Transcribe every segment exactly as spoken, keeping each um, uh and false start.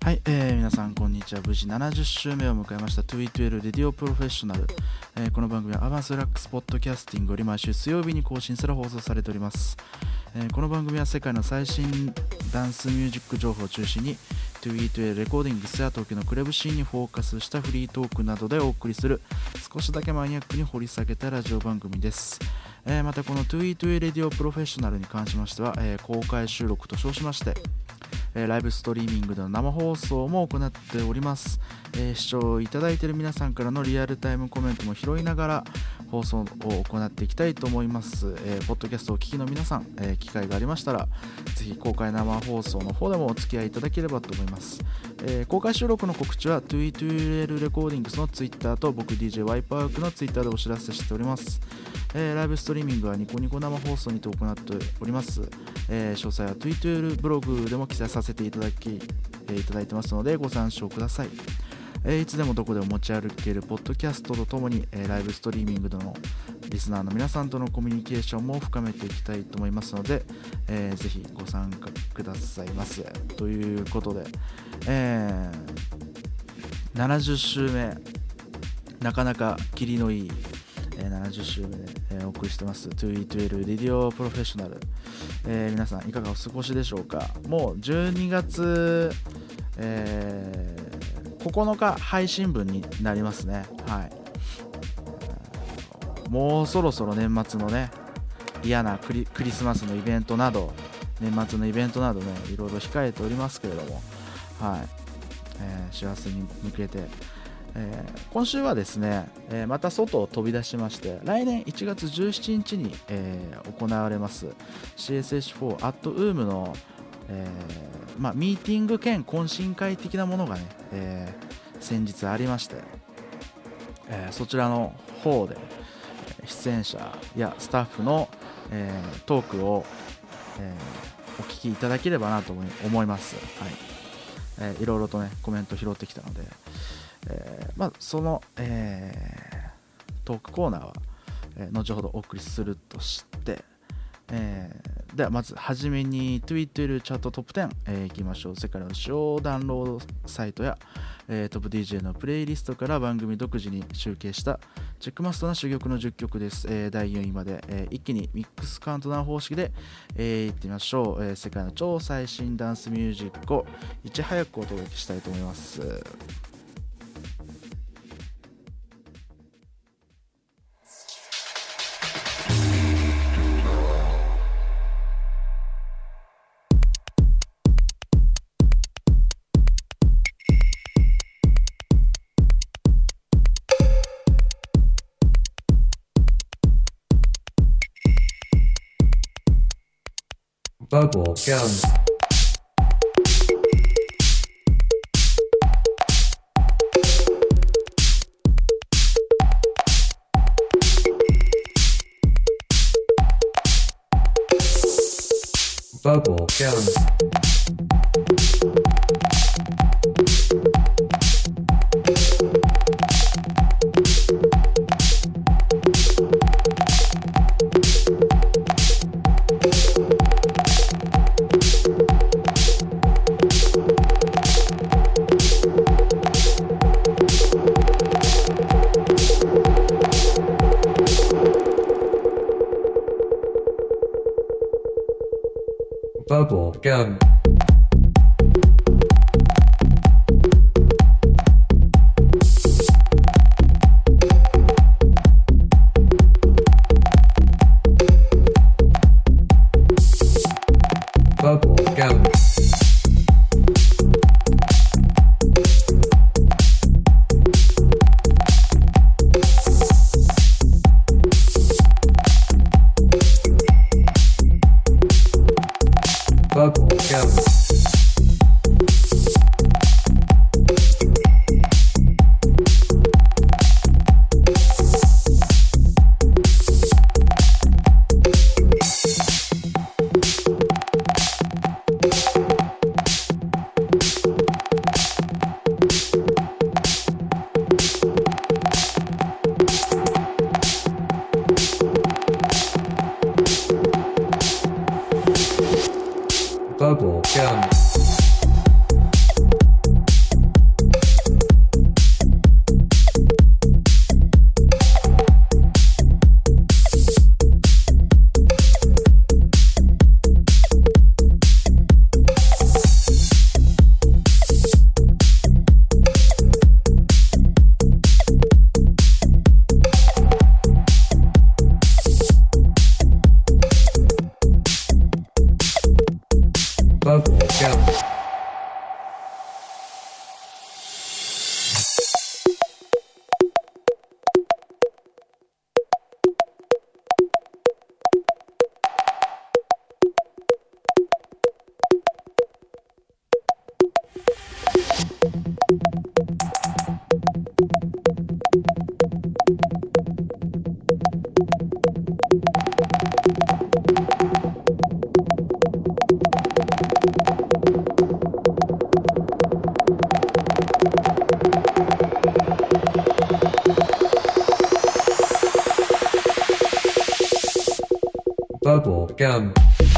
はい、えー、皆さんこんにちは。無事ななじゅっしゅうめを迎えましたトゥイトゥエルレディオプロフェッショナル、えー、この番組はアバンスラックスポッドキャスティングより毎週水曜日に更新され放送されております。えー、この番組は世界の最新ダンスミュージック情報を中心にトゥイトゥエルレコーディングスや東京のクラブシーンにフォーカスしたフリートークなどでお送りする少しだけマニアックに掘り下げたラジオ番組です。えー、またこのトゥイトゥエルレディオプロフェッショナルに関しましては、えー、公開収録と称しましてえー、ライブストリーミングでの生放送も行っております。えー、視聴いただいている皆さんからのリアルタイムコメントも拾いながら放送を行っていきたいと思います。えー、ポッドキャストをお聞きの皆さん、えー、機会がありましたらぜひ公開生放送の方でもお付き合いいただければと思います。えー、公開収録の告知はトゥイトゥエルレコーディングスのツイッターと僕 ディージェー ワイパークのツイッターでお知らせしております。えー、ライブストリーミングはニコニコ生放送にて行っております。えー、詳細はトゥイトゥエルブログでも記載させていただき、えー、いただいてますのでご参照ください。えー、いつでもどこでも持ち歩けるポッドキャストとともに、えー、ライブストリーミングでのリスナーの皆さんとのコミュニケーションも深めていきたいと思いますので、えー、ぜひご参加くださいませということで、えー、ななじゅっしゅうめなかなかキリのいいななじゅっしゅうめで、えー、お送りしてますトゥイトゥエルレディオプロフェッショナル、えー、皆さんいかがお過ごしでしょうか。もうじゅうにがつ、えー、ここのか配信分になりますね。はい、もうそろそろ年末のね嫌なクリ、クリスマスのイベントなど年末のイベントなどねいろいろ控えておりますけれども、はい、えー、幸せに向けてえー、今週はですね、えー、また外を飛び出しまして来年いちがつじゅうしちにちに、えー、行われます シーエスエイチフォー at ウームの、えーまあ、ミーティング兼懇親会的なものがね、えー、先日ありまして、えー、そちらの方で出演者やスタッフの、えー、トークを、えー、お聞きいただければなと思います。はい、えー、いろいろとねコメント拾ってきたのでえーまあ、その、えー、トークコーナーは、えー、後ほどお送りするとして、えー、ではまずはじめに トゥイトゥエル チャートトップじゅう、えー、いきましょう。世界の主要ダウンロードサイトや、えー、トップ ディージェー のプレイリストから番組独自に集計したチェックマストな珠玉のじゅっきょくです。えー、だいよんいまで、えー、一気にミックスカウントダウン方式で、えー、いってみましょう。えー、世界の超最新ダンスミュージックをいち早くお届けしたいと思います。 Bubble Gum Bubble Gum Bubble Gum Bubble Gum Bubble Gum Bubble Gum Bubble gum. Bubble gum.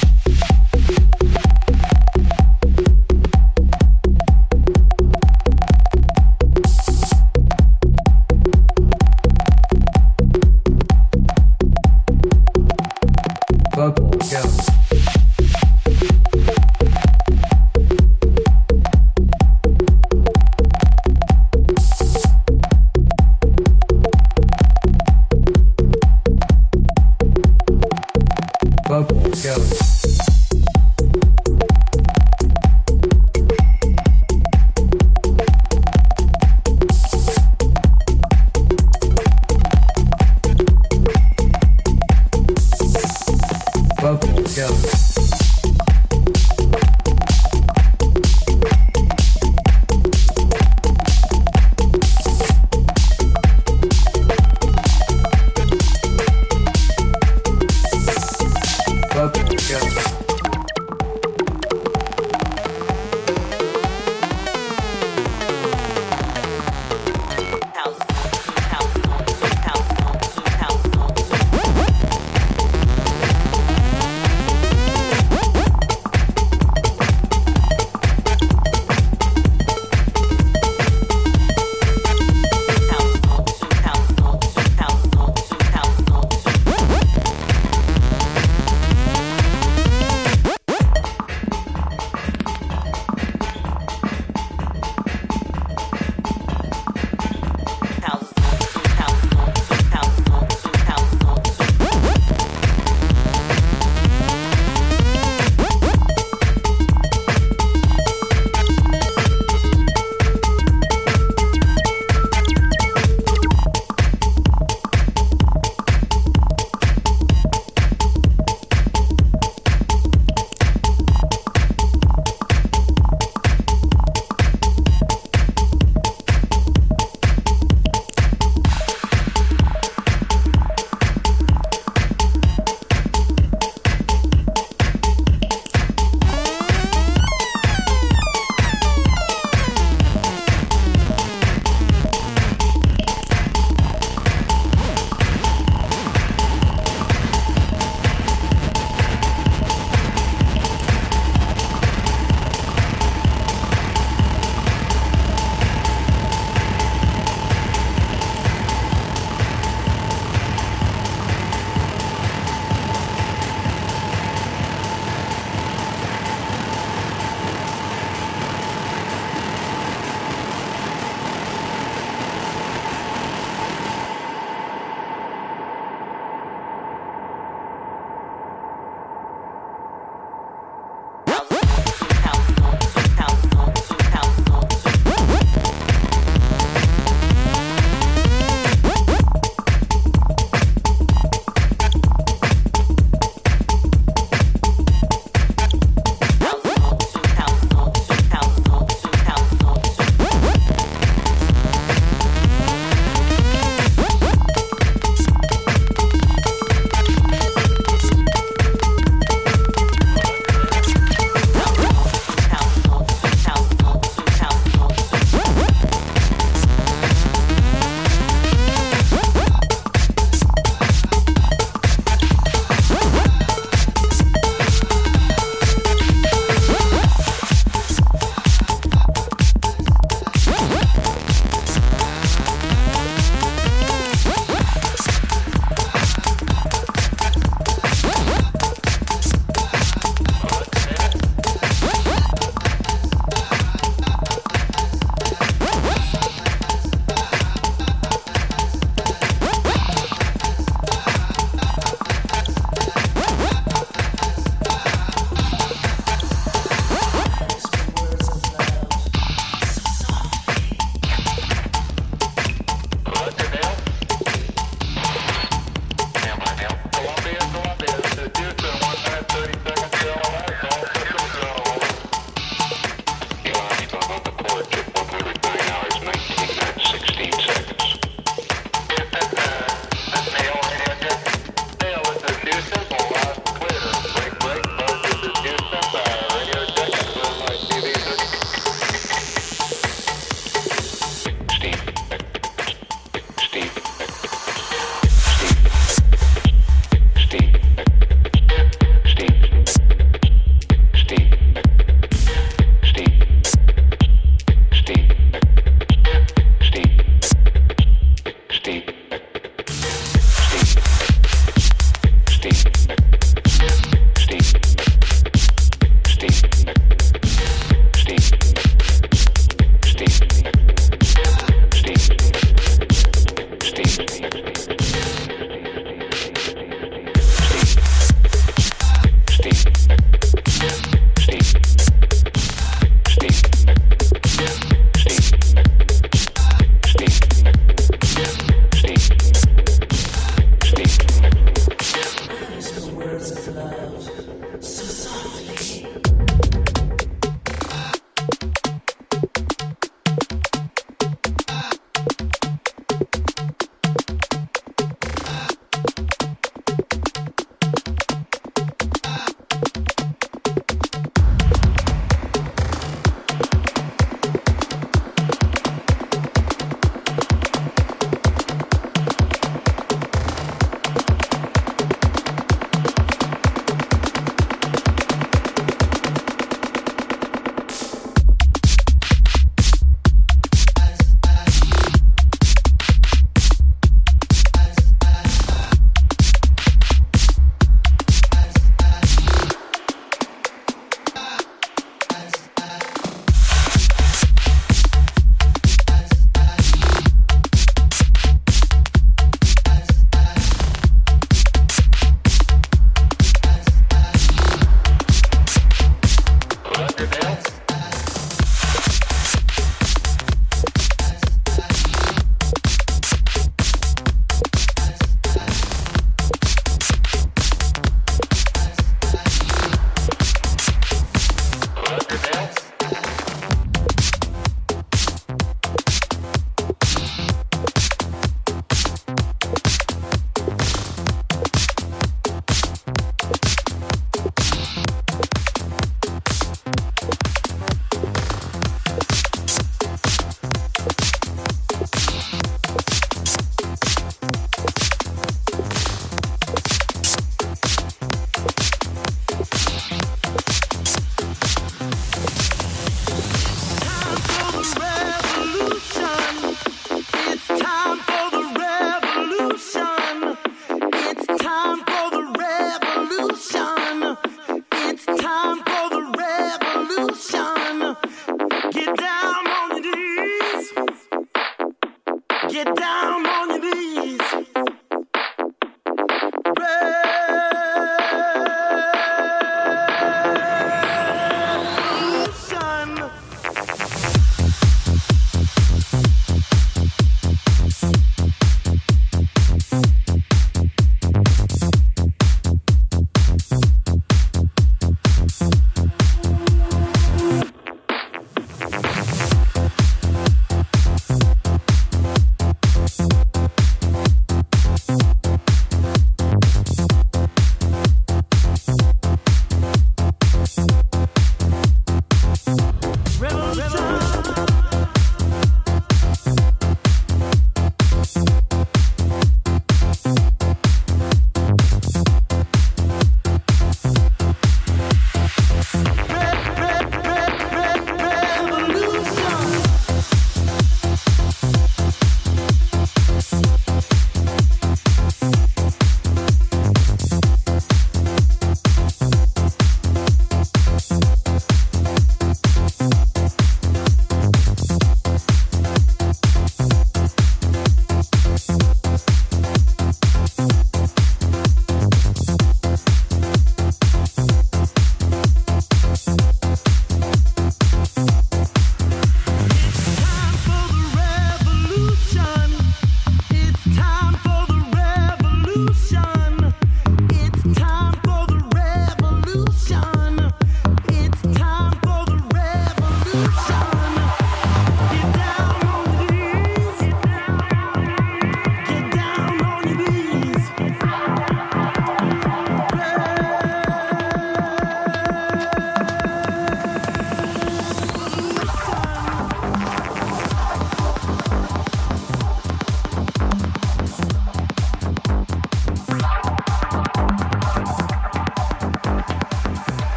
Bubble gum. Bubble gum. 「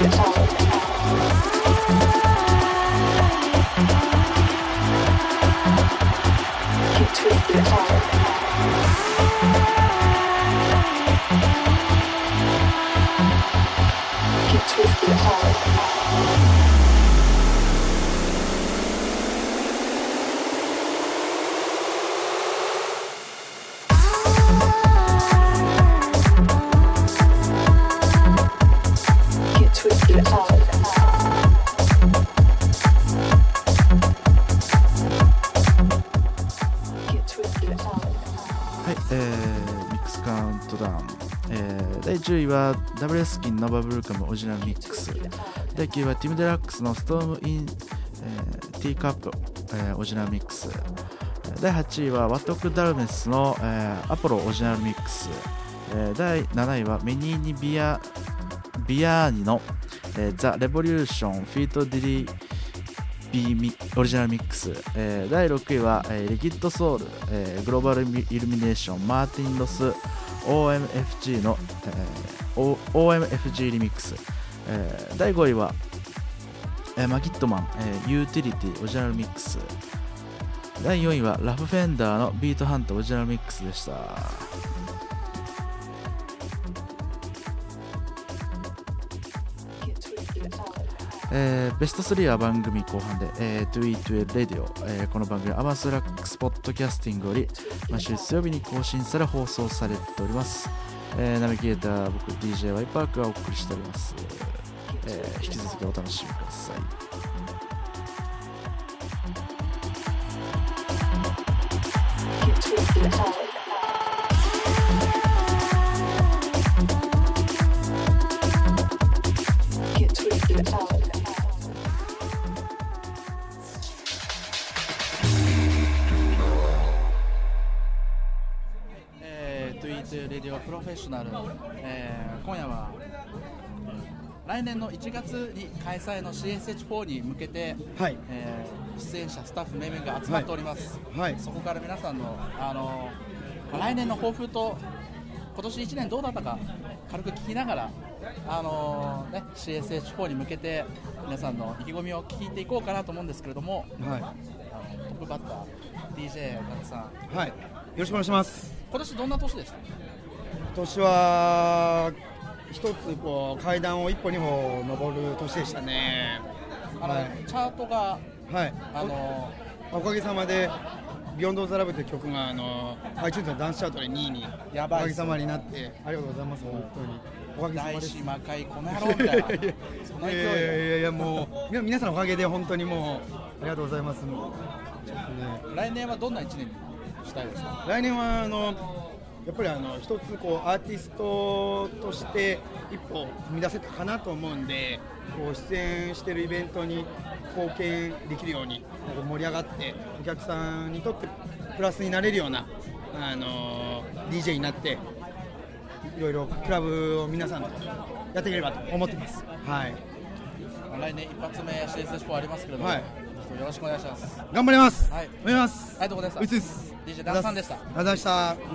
だいじゅういは ダブリューエス キンノバブルカムオリジナルミックス、だいきゅういはティム・デラックスのストーム・イン、えー、ティーカップ、えー、オリジナルミックス、だいはちいはワトク・ダルメスの、えー、アポロオリジナルミックス、えー、だいなないはメニーニ・ビアビアーニの、えー、ザ・レボリューションフィート・ディリビミオリジナルミックス、えー、だいろくいは、えー、リキッド・ソウル、えー、グローバル・イルミネーションマーティン・ロス オーエムエフジー の、えー、オーエムエフジー リミックス、えー、だいごいは、えー、マギットマン、えー、ユーティリティオリジナルミックス、だいよんいはラフフェンダーのビートハントオリジナルミックスでした。えー、ベストスリーは番組後半で、えー、トゥイトゥエル Radio、えー、この番組はアマスラックスポッドキャスティングより毎週水曜日に更新され放送されております。えー、ナビゲーター僕 ディージェー ワイパークがお送りしております。えー、引き続きお楽しみください。レディオプロフェッショナル、えー、今夜は、えー、来年のいちがつに開催の シーエスエイチフォー に向けて、はいえー、出演者スタッフ名々が集まっております、はいはい、そこから皆さんの、あのー、来年の抱負と今年いちねんどうだったか軽く聞きながら、あのーね、シーエスエイチフォー に向けて皆さんの意気込みを聞いていこうかなと思うんですけれども、はい、あのトップバッター ディージェー ガッツさん、 はい、よろしくお願いします。 今年どんな年でした？ 今年は一つこう階段を一歩二歩登る年でしたね。 あの、はい、チャートが、はい、あのお, おかげさまでビヨンドザラブという曲があの iTunes のダンスチャートでにいにやばいおかげさまになってありがとうございます。本当におかげさまです。 大師魔界この野郎みたいなそんな勢いでいやいやいやもう皆さんのおかげで本当にもうありがとうございます。もうちょっと、ね、来年はどんないちねんにしたいですか？ 来年はあのやっぱりあの一つこうアーティストとして一歩踏み出せたかなと思うんで、こう出演しているイベントに貢献できるように盛り上がってお客さんにとってプラスになれるようなあの ディージェー になっていろいろクラブを皆さんとやっていければと思っています。はい、 来年一発目 シーエスエイチフォー ありますけれども、はい、よろしくお願いします。 頑張ります。 はい、 お願いします。 はい、どこですか？ うちです。 ディージェー ダンさんでした。 ありがとうございました。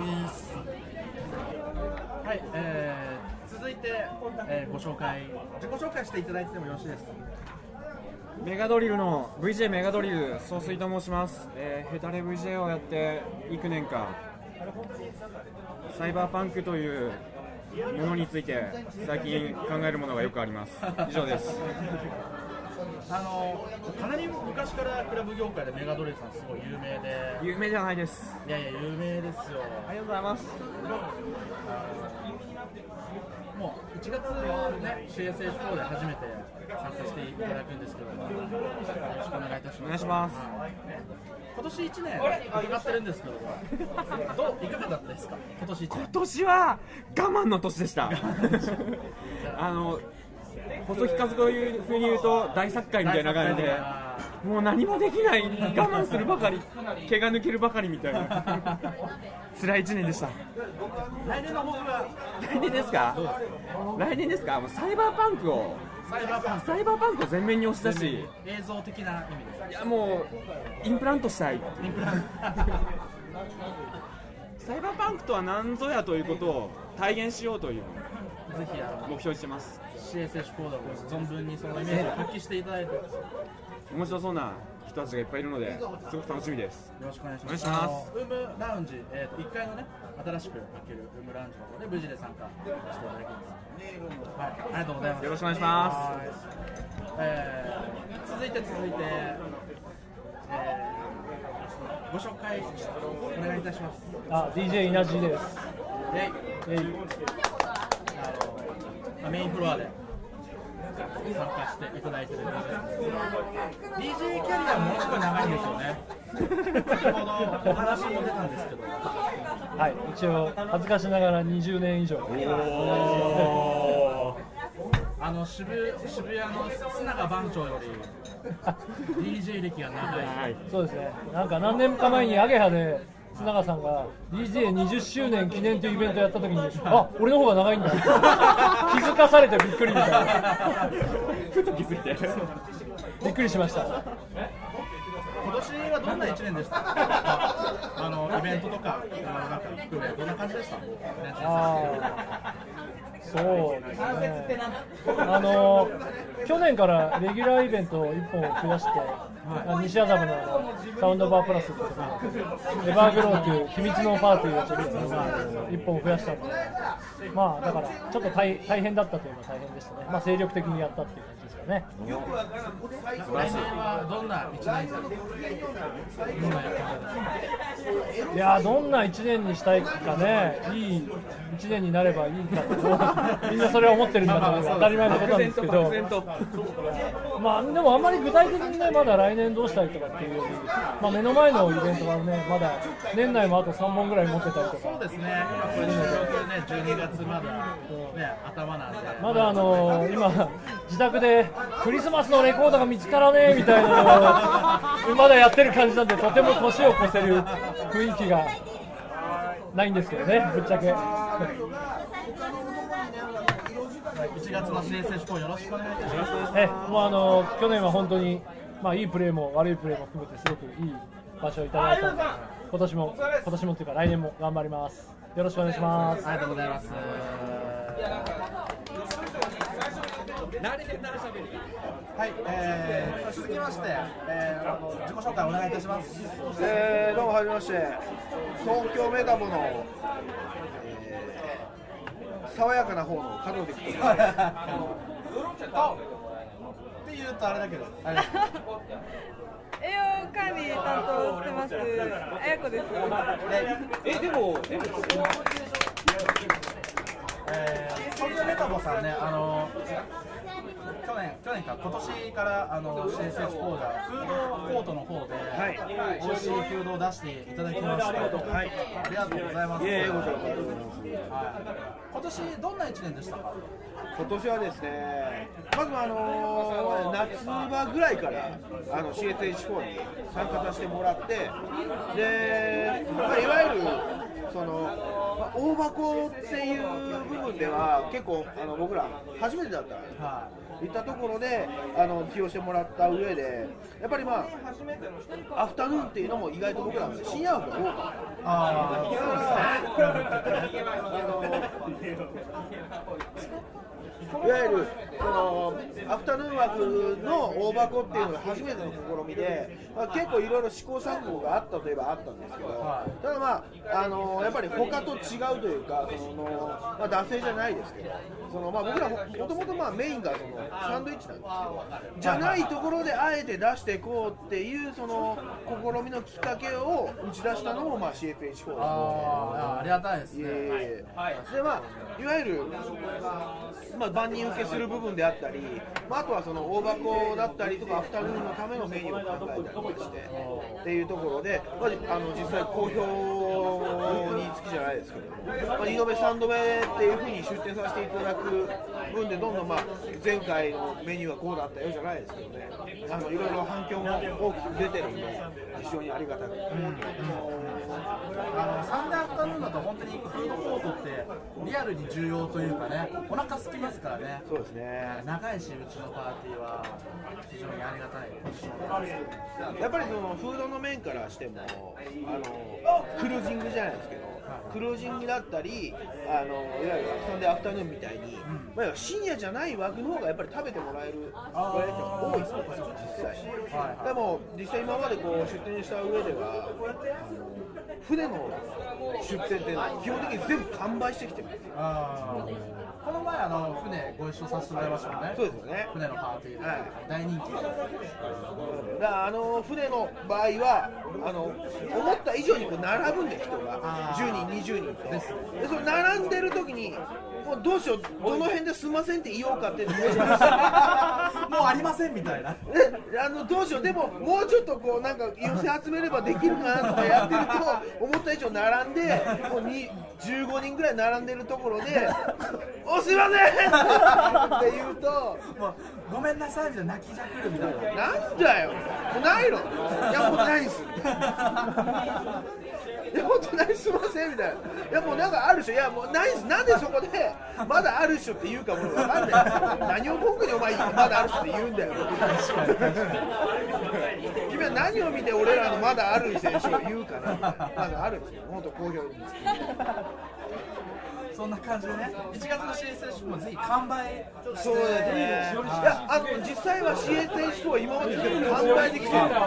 はい、えー、続いて、えー、ご紹介自己紹介していただいてもよろしいですか？ メガドリルの ブイジェー メガドリル総帥と申します。えー、ヘタレ ブイジェー をやって幾年かサイバーパンクというものについて最近考えるものがよくあります。以上です。 あのかなり昔からクラブ業界でメガドリルさんすごい有名で。 有名じゃないです。 いやいや有名ですよ。 ありがとうございます。 もういちがつね シーエスエイチフォー で初めて参加していただくんですけども、よろしくお願いいたします。 お願いします。 今年いちねん伺ってるんですけどどういかがだったですか？今年いちねん。 今年は我慢の年でしたあの細木和子風に言うと大作会みたいな感じで、もう何もできない、我慢するばかり、毛が抜けるばかりみたいな辛いいちねんでした。 来年の抱負は？ 来年ですか？来年ですか？もうサイバーパンクをサイバーパンクサイバーパンクを全面に押し出し、 映像的な意味です。 いやもうインプラントしたい。インプラントサイバーパンクとは何ぞやということを体現しようという。 ぜひあの目標にしてます。 シーエスエイチ コードを存分にそのイメージを発揮していただいて、よ面白そうな人たちがいっぱいいるので、すごく楽しみです。 ろしくお願いします。 お願いしますあのウームラウンジ、えー、といっかいのね、新しくできるウームラウンジの方で無事で参加していただきます。はい、ありがとうございます。 よろしくお願いします。 はい、えー、続いて続いて、えー、ご紹介お願いいたします。 あ、ディージェー 稲地です。 えいえい、 あのメインフロアで参加していただいている ディージェー さんです。ディージェー キャリアものすごい長いんですよね。先ほどお話も出たんですけど、 はい、一応恥ずかしながらにじゅうねん以上。 あの 渋, 渋谷の須永番長より ディージェー 歴が長い。 そうですね。なんか何年か前にアゲハで須永さんが ディージェーにじゅっしゅうねん記念というイベントやった時に、あ、俺の方が長いんだ気づかされてびっくりみたいな。 ふと気づいてびっくりしました。 今年はどんないちねんでしたか？あのイベントとかなんか含めどんな感じでした？ あそうですね。あの去年からレギュラーイベントをいっぽん増やして、はい、西麻布のサウンドバープラスとかエバーグローという秘密のパーティーをちょっといっぽん増やしたので、まあだからちょっと 大, 大変だったといえば大変でしたね。まあ精力的にやったっていう感じですかね。 来年はどんないちねんどんなやり方ですか？ いやどんないちねんにしたいかね。いいいちねんになればいいかとみんなそれは思ってるんだと思う。当たり前のことなんですけど、まあでもあんまり具体的にねまだ来年どうしたいとかっていうより、まあ目の前のイベントがねまだ年内もあとさんぼんぐらい持ってたりとか。 そうですね。これ収録ねじゅうにがつまだね頭なんで。 まだあのー、今自宅でクリスマスのレコードが見つからねえみたいなのをまだやってる感じなんで、とても年を越せる雰囲気がないんですけどね、ぶっちゃけ。 いちがつの シーエスエイチ コーよろしくお願いいたします。 えもうあのー、去年は本当に、まあ、いいプレーも悪いプレーも含めてすごくいい場所をいただいたので、今年も今年もというか来年も頑張ります。よろしくお願いします。 ありがとうございます。はい、えー、続きまして、えー、自己紹介お願いいたします。 えー、どうもはじめまして、東京メタボの、えー、爽やかな方の加藤できてます。 って言うとあれだけど、あれ栄養管理担当してますあやこです。 えでもえー、東京メタボさんね、あの去年、去年か今年からあの シーエスエイチ 講座フードコートの方で、はい、美味しいフードを出していただきました。はい、ありがとうございます。 いえいえ、こちらこそありがとうございます。 はい、今年どんないちねんでしたか？ 今年はですね、まずはあのー、夏場ぐらいからあの シーエスエイチ 講に参加させてもらって、で、まあ、いわゆるその、まあ、大箱っていう部分では結構あの僕ら初めてだったんです。はい、いったところであの起用してもらった上で、やっぱりまあアフタヌーンっていうのも意外と僕ら深夜枠が多かった。あいわゆるそのアフタヌーン枠の大箱っていうのが初めての試みで、まあ、結構いろいろ試行錯誤があったといえばあったんですけど、ただまあ、あのやっぱり他と違うというか、その、まあ、惰性じゃないですけど、そのまあ、僕らもともとまあメインがそのサンドイッチなんですけど、じゃないところであえて出していこうっていうその試みのきっかけを打ち出したのもまあ シーエスエイチ フォーです。 あありがたいですね。 でまあいわゆるまあ万人受けする部分であったり、まあ、あとはその大箱だったりとかアフタヌーンのためのメニューを考えたりとかしてっていうところで、まあ、あの実際好評につきじゃないですけど、まあ、にどめさんどめっていうふうに出店させていただく分でどんどんまあ前回のメニューはこうだったよじゃないですけどね、あのいろいろ反響も大きく出てるんで非常にありがたく、うん、 あのサンデーアフタヌーンだと本当にフードコートってリアルに重要というかね、お腹空きますかからね。 そうですね。 長いし、うちのパーティーは非常にありがたいポジションなんですけど、 やっぱりそのフードの面からしても、あのクルージングじゃないですけど、クルージングだったり、あのいわゆるサンデーアフタヌーンみたいに、うんまあ、深夜じゃない枠の方がやっぱり食べてもらえる割合が多いですよ、実際。はいはい、でも実際今までこう出店した上では、あの船の出店って基本的に全部完売してきてます。 あこの前あの船ご一緒させてもらいましたもんね。 そうですよね。 船のパーティーで、はい、大人気。だからあの船の場合はあの思った以上にこう並ぶんで人がじゅうにんにじゅうにんと。でそれ並んでる時にもうどうしようどの辺ですんませんって言おうかってもうありませんみたいな。 あのどうしようでももうちょっとこうなんか寄せ集めればできるかなとかやってると思った以上並んでもうにじゅうごにんぐらい並んでるところでおすいませんって言うともうごめんなさいみたいな泣きじゃくるみたいな。 なんだよもうないのいやもうないんすみたいないや本当ないすいませんみたいないやもうなんかあるでしょいやもうないっすなんでそこでまだあるっしょって言うかもう分かんないですよ何を文句にお前まだあるっしょって言うんだよ君は何を見て俺らのまだある選手を言うかなみたいなまだあるんですよ本当好評ですそんな感じでね、いちがつの シーエス 選手もぜひ完売してそうですね。いや、あの実際は シーエス 選手は今まで全部完売できてるんです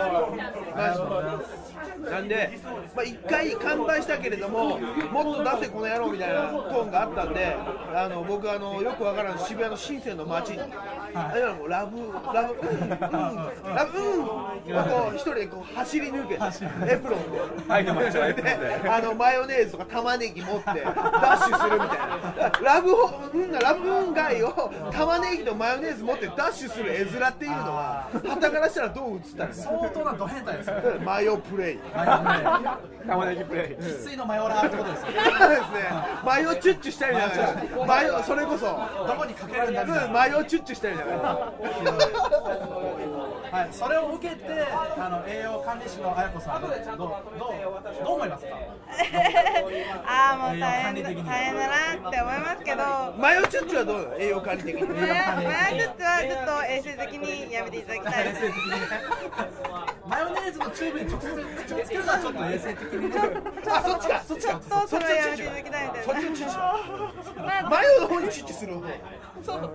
よ。なんで、まあ、いっかい完売したけれども、もっと出せこの野郎みたいなトーンがあったんで、あの僕あのよくわからん渋谷の深センの街に、あれはもうラブラブうんうんラブうんを一人でこう走り抜けてエプロンで、であのマヨネーズとか玉ねぎ持ってダッシュするみたいな。ラブうんラブうん街を玉ねぎとマヨネーズ持ってダッシュする絵面っていうのは傍からしたらどう映ったんですか。 相当なド変態ですよ。 マヨプレイ。 玉ねぎプレイ。 生粋のマヨラーってことですよ。 そうですね。マヨチュッチュしたりじゃない。マヨそれこそどこにかけるんだみたいな。 マヨチュッチュしたりじゃない。 はい、それを受けてあの栄養管理士の綾子さんどうどうどう思いますか。 ああもう大変だ大変だなって思いますけど。 マヨチュッチュはどうなの栄養管理的に。 マヨチュッチュはちょっと衛生的にやめていただきたいです。 マヨネーズのチューブに直接口をつけるのはちょっと衛生的にね。 あそっちかそっちか。 ちょっとそれはやめていただきたいみたいな。 そっちのチュッチュ。マヨの方にチュッチュする方。 そう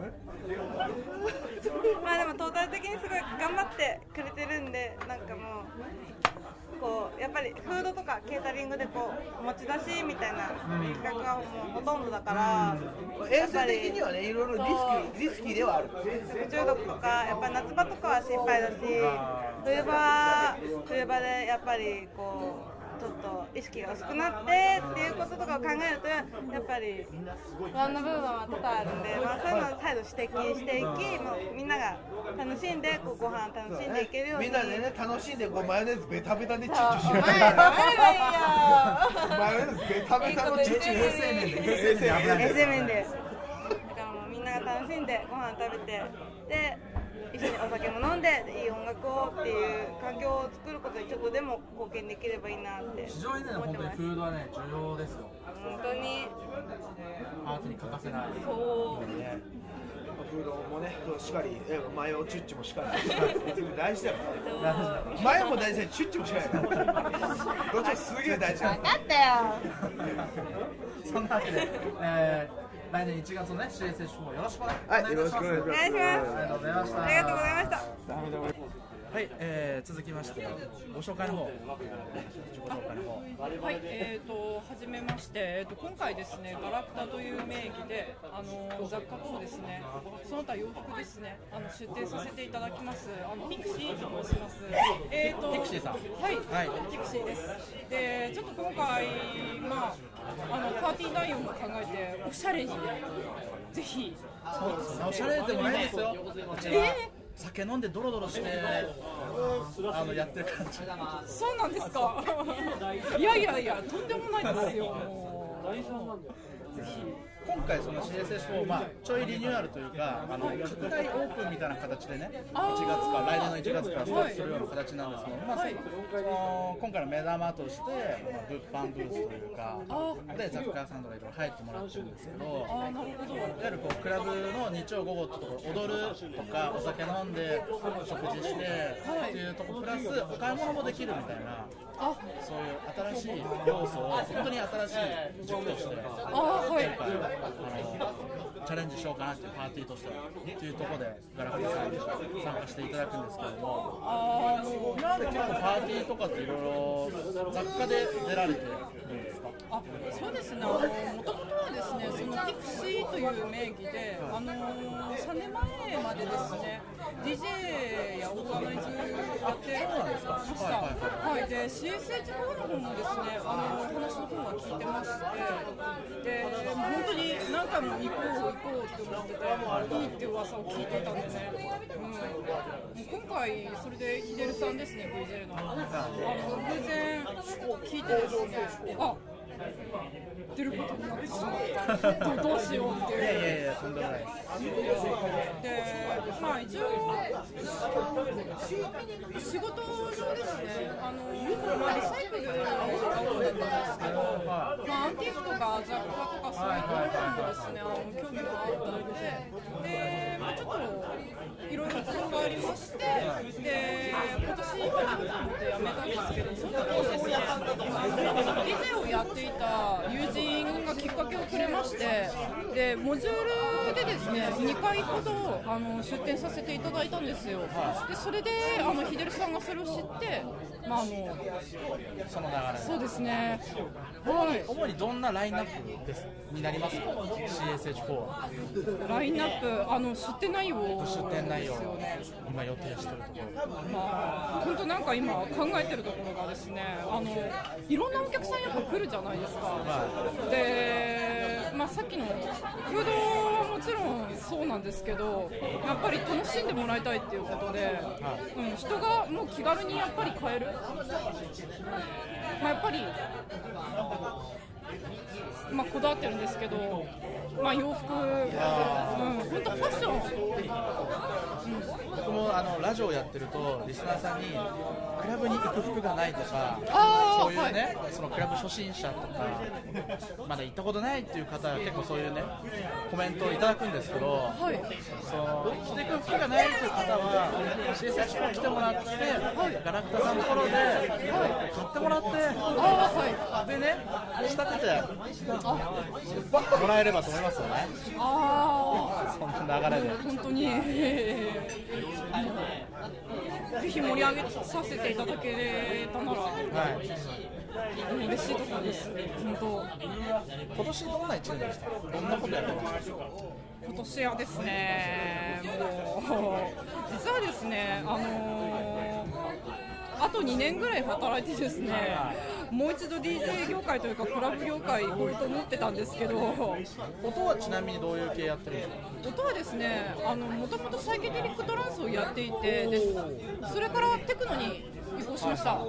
まあでもトータル的にすごい頑張ってくれてるんでなんかもうこうやっぱりフードとかケータリングでこう持ち出しみたいな企画がもうほとんどだから衛生的にはねいろいろリスキーリスキーではある。 食中毒とかやっぱり夏場とかは心配だし冬場は冬場でやっぱりこうちょっと意識が薄くなってっていうこととかを考えるとやっぱり不安な部分は多々あるんで、まあ、そういうのを再度指摘していきもうみんなが楽しんでこうご飯楽しんでいけるように、 みんなでね楽しんでこうマヨネーズベタベタでチュッチュしようマヨネーズベタベタのチュッチュ衛生面で衛生面でだからもうみんなが楽しんでご飯食べてで一緒にお酒も飲んでいい音楽をっていう環境を作ることにちょっとでも貢献できればいいなって非常にね本当にフードはね重要ですよ。 本当にパーティーに欠かせない。 そうねフードもねしっかりマヨチュッチュもしっかり大事だからマヨも大事だしチュッチュもしっかりどっちもすげえ大事だ分かったよそんなわけで、えー、来年いちがつのね シーエス 選手もよろしくお願いします。 はい、よろしくお願いします。 お願いします。 ありがとうございました。 ありがとうございました。 はい、えー、続きましてご紹介の方、自己紹介の方。 はい、えーと初めまして、えーと今回ですね、ガラクタという名義であの雑貨等ですね、その他洋服ですね、あの出店させていただきます。あのピクシーと申します。えーとピクシーさん。 はい、はい、ピクシーです。で、ちょっと今回まああのパーティー内容も考えておしゃれにぜひ。 そうですね。おしゃれでもないですよ。えー酒飲んでドロドロしてあのやってる感じ。 そうなんですか。いやいやいやとんでもないですよ。もうぜひ今回その シーエスエスフォー、まあ、ちょいリニューアルというか、あの拡大オープンみたいな形でね、いちがつか来年のいちがつからスタートするような形なんですけど、まあその今回の目玉として、まあ、物販ブースというかで雑貨屋さんとかいろいろ入ってもらってるんですけど、いわゆるこうクラブの日曜午後ってところ踊るとかお酒飲んで食事してっていうところプラスお買い物もできるみたいな、そういう新しい要素を本当に新しい軸として今回あのチャレンジしようかなっていうパーティーとしてっていうところでガラクタさんに参加していただくんですけども、今まで結構パーティーとかっていろいろ雑貨で出られてるんですか？ あ、そうですね。あの元々はですね、そのピクシーという名義で、あのさんねんまえまでですね、ディージェー やオーガナイズやってました。はい。で シーエスエイチフォー の方もですね、あのお話の方は聞いてまして、で本当に何回も行こう行こうって思ってて、いいって噂を聞いていたんでね。うん。もう今回それでヒデルさんですね、ブイジェー の。あの偶然聞いてですね、あ。出ることになってしまったどうしようっていう。 いやいやいや、とんでもないです。 で、まあ一応仕事上ですね、あのまあリサイクルが多かったんですけど、まあアンティークとか雑貨とかそういったものもですね、あの興味があったので、で、まあちょっといろいろことがありまして、で今年今ちょっと思って辞めたんですけど、その時にですね、ディゼをやっていた友人がきっかけをくれまして、でモジュールでですねにかいほどあの出展させていただいたんですよ。でそれであのヒデルさんがそれを知って、まああのその流れそうですね。 はい。主にどんなラインナップですになりますか？ シーエスエイチフォー は。 ラインナップ、あの出展内容ですよね。 出展内容今予定してるところ。 まあ本当なんか今考えてるところがですね、あのいろんなお客さんやっぱ来るじゃないですか。で、まあさっきのフードはもちろんそうなんですけど、やっぱり楽しんでもらいたいっていうことで、うん、人がもう気軽にやっぱり買える。まあやっぱり。まあ、こだわってるんですけど、まあ、洋服、うん、本当ファッション、うん、 僕もあのラジオやってるとリスナーさんにクラブに行く服がないとか、そういうね、はい、そのクラブ初心者とかまだ行ったことないっていう方は結構そういうねコメントをいただくんですけど、はい、その着ていく服がないという方は シーエスエイチフォー 来てもらって、はい、ガラクタさんのところで、はい、買ってもらって、はい、でね仕立ててもらえればと思いますよね。あそんな流れで本当に、えー、ぜひ盛り上げさせていただけたなら、はい、嬉しいところです。本当。 今年どんな一年でした？どんなことやってました？ 今年はですね、もう実はですね、あのー、あとにねんぐらい働いてですね、もう一度 ディージェー 業界というかクラブ業界行こうと思ってたんですけど、 音はちなみにどういう系やってるんですか？ 音はですね、あのもともとサイケデリックトランスをやっていてです、それからテクノに移行しました。はい。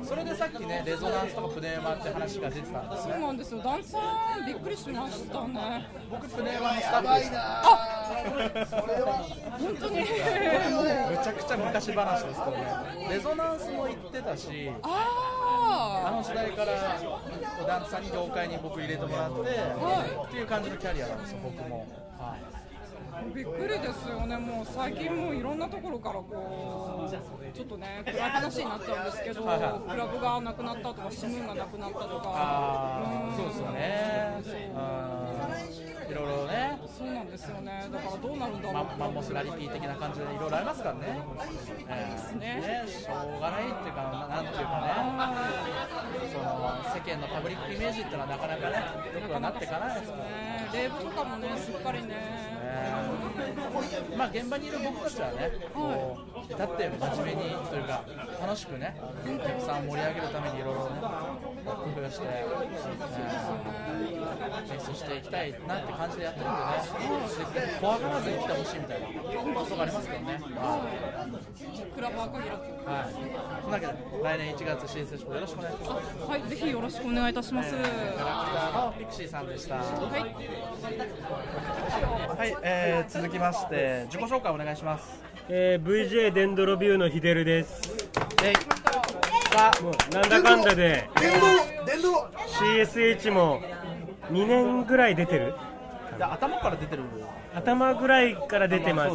それでさっきねレゾナンスとかプネーマって話が出てたんですね。 そうなんですよ。ダンサーびっくりしましたね。 僕プネーマのスタッフでした。 あ、本当にめちゃくちゃ昔話ですけどね。レゾナンスも行ってたし、 ああの時代からダンサーに業界に僕入れてもらって、はい、っていう感じのキャリアなんですよ僕も。はい。 びっくりですよね。もう最近もういろんなところからこうちょっとね暗い話になっちゃうんですけど、はいはい、クラブがなくなったとかシムーンがなくなったとか、 うんそうですよね。いろいろね。 そうなんですよね。だからどうなるんだろう。 マンモスラリティ的な感じでいろいろありますからね。えー、ね, ねしょうがないっていうかなんていうかね。その世間のパブリックイメージっていうのはなかなかねよくはなっていかないですからね。 レーブとかもねすっかりね。 まあ現場にいる僕たちはね、こう至って真面目にというか楽しくね、お客さんを盛り上げるためにいろいろね工夫して、えー、演出していきたいなって感じでやってるんでね、で怖がらずに来てほしいみたいなことがありますけどね。 クラブ赤開き。 はい。そんなわけで来年いちがつシーズンよろしくお願いします。 はい、ぜひよろしくお願いいたします。 キャラクターのピクシーさんでした。 はい。 はい、えー、続きまして自己紹介お願いします。 えー、ブイジェー デンドロビューのヒデルです。 で、さもうなんだかんだで電動電動シーエスエイチ もにねんぐらい出てる。 で頭から出てる。 頭ぐらいから出てます。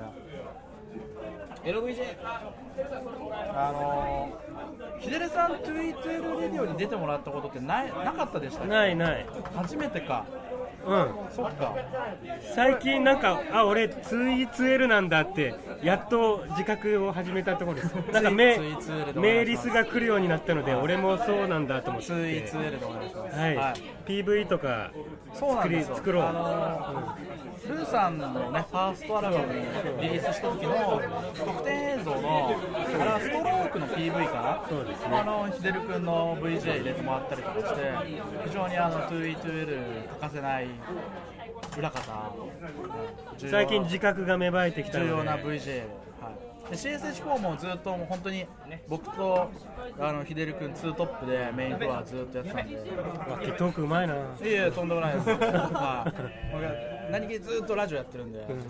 エルブイジェー、あのー、ヒデルさん、トゥイトゥエルレディオに出てもらったことってないなかったでしたっけ？ ないない。 初めてか。 うん。 そっか。 最近なんか、あ、俺ツイツエルなんだってやっと自覚を始めたところです。なんかメメーリスが来るようになったので、俺もそうなんだと思って。 ツイツエルでお願いします。 はい。はい、ピーブイ とか作り作ろう。 あのー、ルーさんのねファーストアルバムリリースした時の特典映像のあれはストロークの ピーブイ かな。そうですね。あのヒデル君の ブイジェー 入れてもらったりとかして、非常にあのトゥイトゥエル欠かせない裏方、 最近自覚が芽生えてきたので重要な ブイジェー、はい、で シーエスエイチフォー もずっともう本当に僕とあのヒデル君ツートップでメインフロアずっとやってたんで、 わっきトークうまいな。いやいやとんでもないです、はい、何気にずっとラジオやってるんで、うん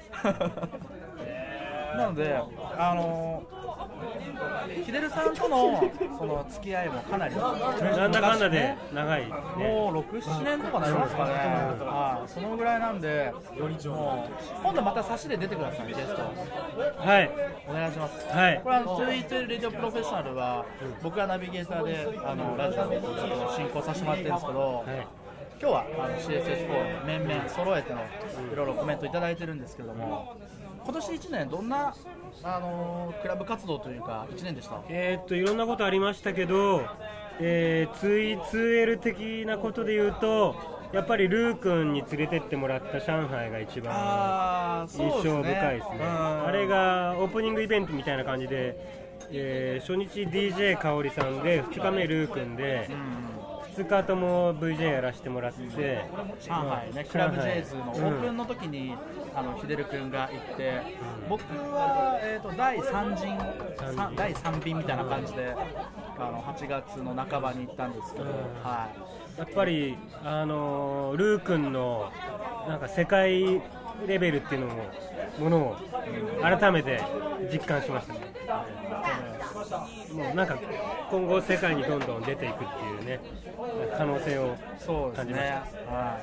はい、なのであのヒデルさんとのその付き合いもかなりなんだかんだで長い、ね、 もうろく、ななねんとかなりますかね、はい、そのぐらいなんで、もう今度また差しで出てください、ゲスト。 はい、 お願いします。 はい、 これはトゥイトゥエルレディオプロフェッショナルは、僕がナビゲーターであのラジオを進行させてもらってるんですけど、はい、今日はあの シーエスエイチフォー 面々揃えてのいろいろコメントいただいてるんですけども、今年いちねんどんなあのー、クラブ活動というかいちねんでした？ えー、っといろんなことありましたけど、えー、ツイツーエル的なことで言うと、やっぱりルー君に連れてってもらった上海が一番印象深いですね。あ, あれがオープニングイベントみたいな感じで、えー、初日 ディージェー 香織さんでふつかめルー君で、ふつかとも ブイジェー やらせてもらって、 上海ね、クラブジェイズのオープンの時に、うん、あのヒデル君が行って、うん、僕は、えー、とだいさん陣だいさん便みたいな感じであのはちがつの半ばに行ったんですけど、うんはい、 やっぱり、あのー、ルー君のなんか世界レベルっていうのもものを改めて実感しましたね。もうなんか今後世界にどんどん出ていくっていうね可能性を感じました。ねはい、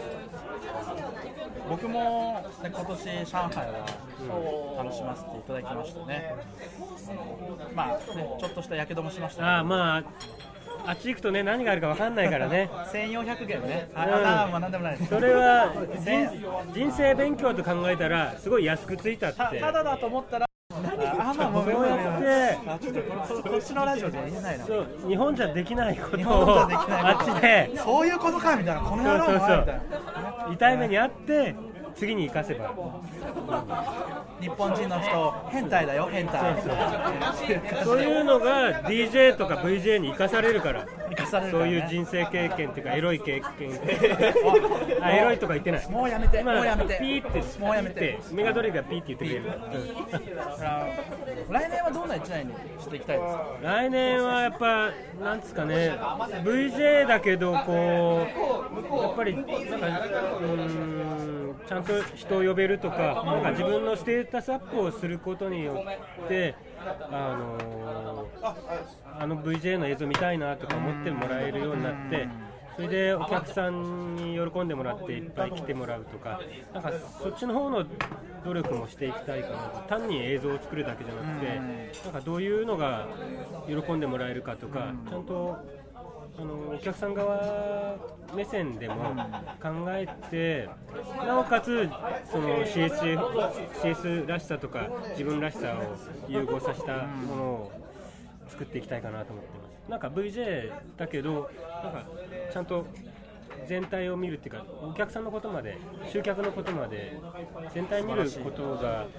僕も、ね、今年上海は楽しませていただきましたね。まあねちょっとしたやけどもしましたけど。 あまああっち行くとね何があるか分かんないからね。 せんよんひゃくげんね。あ、 うん、 まあなんでもないです。 それは 人, 人生勉強と考えたらすごい安くついたって。た, ただだと思ったら。あまあもうそうやってあちょっと こ, こっちのラジオでは言えないな。 そう日本じゃできないことをあっちでそういうことかみたいなこの野郎そうそうそう痛い目にあって次に生かせば、 日本人の人変態だよ変態。 そうそうそういうのが ディージェー とか ブイジェー に生かされるから生かされるから、ね、 そういう人生経験っていうかエロい経験あエロいとか言ってない。 もうやめてもうやめてピーってもうやめてメガドリルがピーって言ってくれる、 うん、来年はどんな一年にしていきたいですか？ 来年はやっぱなんですかね ブイジェー だけどこうやっぱりなんかうーんちゃんと人を呼べるとか、なんか自分のステータスアップをすることによってあのー、あの ブイジェー の映像見たいなとか思ってもらえるようになって、それでお客さんに喜んでもらっていっぱい来てもらうとか、なんかそっちの方の努力もしていきたいかなと。単に映像を作るだけじゃなくて、なんかどういうのが喜んでもらえるかとか、ちゃんとあのお客さん側目線でも考えて、なおかつその シーエス、シーエス らしさとか自分らしさを融合させたものを作っていきたいかなと思ってます。なんか ブイジェー だけどなんかちゃんと全体を見るっていうか、お客さんのことまで集客のことまで全体見ることが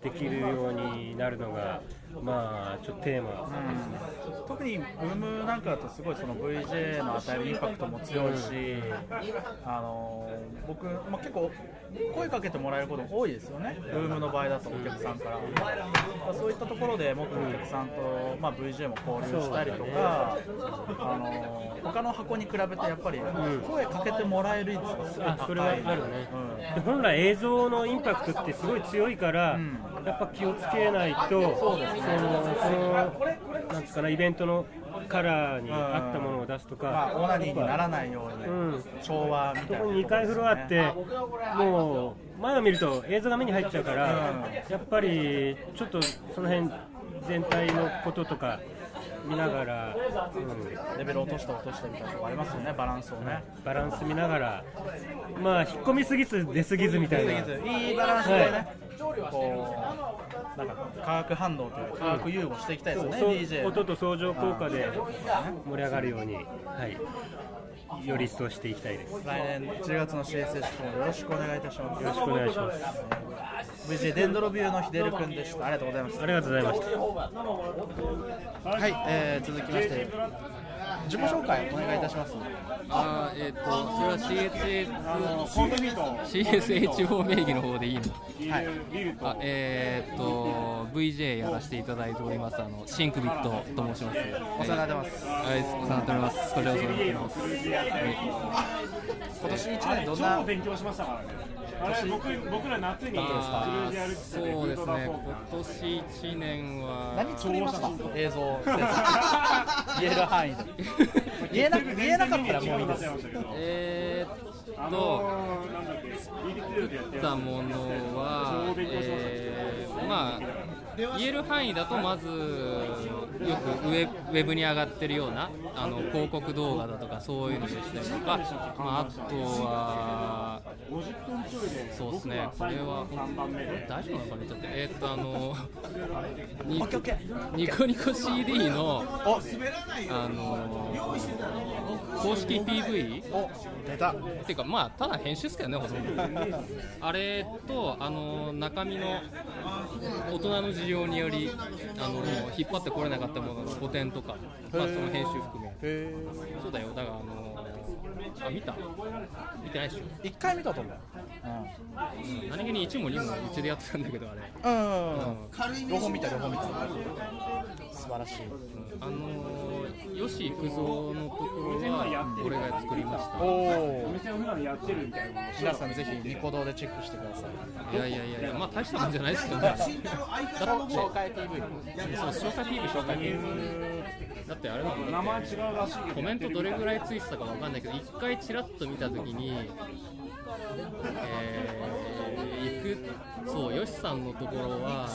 できるようになるのが、まあ、ちょっとテーマですね。 うん、特にブームなんかだとすごいその ブイジェー の与えるインパクトも強いし、あのー、僕、まあ、結構声かけてもらえることも多いですよね、ブームの場合だとお客さんから、うん、そういったところで元のお客さんと、まあ、ブイジェー も交流したりとか、あのー、他の箱に比べてやっぱり声かけてもらえる率がすごい高い。 あ、それはあるね、うん、で本来映像のインパクトってすごい強いから、うん、やっぱ気をつけないと、そうですね、そのそのなんつうかな、イベントのカラーに合ったものを出すとか、 まあ、オナニーにならないように、うん、調和みたいな、 特ににかいフロアって、もう前を見ると映像が目に入っちゃうから、うん、やっぱりちょっとその辺全体のこととか見ながら、 うん、レベル落として落としてみたいなとこありますよね、バランスをね、 バランス見ながら、まあ引っ込みすぎず出すぎずみたいな、 いいバランスでね、はい、こうなんか化学反応というか化学融合していきたいですよね、 うん、 ディージェー音と相乗効果で盛り上がるように、はい、より一層していきたいです。 来年じゅうがつの シーエスエス もよろしくお願いいたします。 よろしくお願いします。 ブイジェー デンドロビューのヒデル君でした。ありがとうございました。 ありがとうございました。 はい、えー、続きまして自己紹介お願いいたします。 あー、えー、とそれは シーエスエス シーエスエイチオー 名義の方でいいの、はい、あえー、と ブイジェー やらせていただいておりますあのシンクビットと申します。 お世話になってます。 はい、お世話になっております。こちらこそお世話になっております。 今年いちねんどんな超勉強しましたからね。あれ 僕, 僕ら夏にジルージやるって、 そうですね、今年いちねんは何作りました？映像言える範囲で言えな言えなかったらもういいです。 えーっと作ったものは、えー、まあ言える範囲だとまずよくウェ、ウェブに上がってるようなあの広告動画だとかそういうのでしたりとか、まあ、あとはそうですね、これは大丈夫なのかね、ちょっとえー、っとあのニコニコニコ シーディー のあの公式 ピーブイ出たっていうか、まあただ編集ですけどね、ほとんどあれとあの中身の大人の事情によりあの引っ張ってこれなかったものの補填とか、まあ、その編集含め、そうだよ、だからあのあ見た見てないでしょ。 一回見たと思う、 うんうん、何気にいちもにもうちでやってたんだけど、あれ、 うんうんうん、両方見た両方見た素晴らしい、 うん、あの吉幾三のところは俺が作りました。 お皆さんぜひニコ動でチェックしてください。 いやいやいや、まあ大したもんじゃないですけどね紹介 ピーブイ、 そう、紹介 ピーブイ 紹介 ピーブイ だってあれだもん、名前違うらしい。コメントどれぐらいついてたかわかんないけど、一回チラッと見たときに、えー、行くそう、ヨシさんのところは、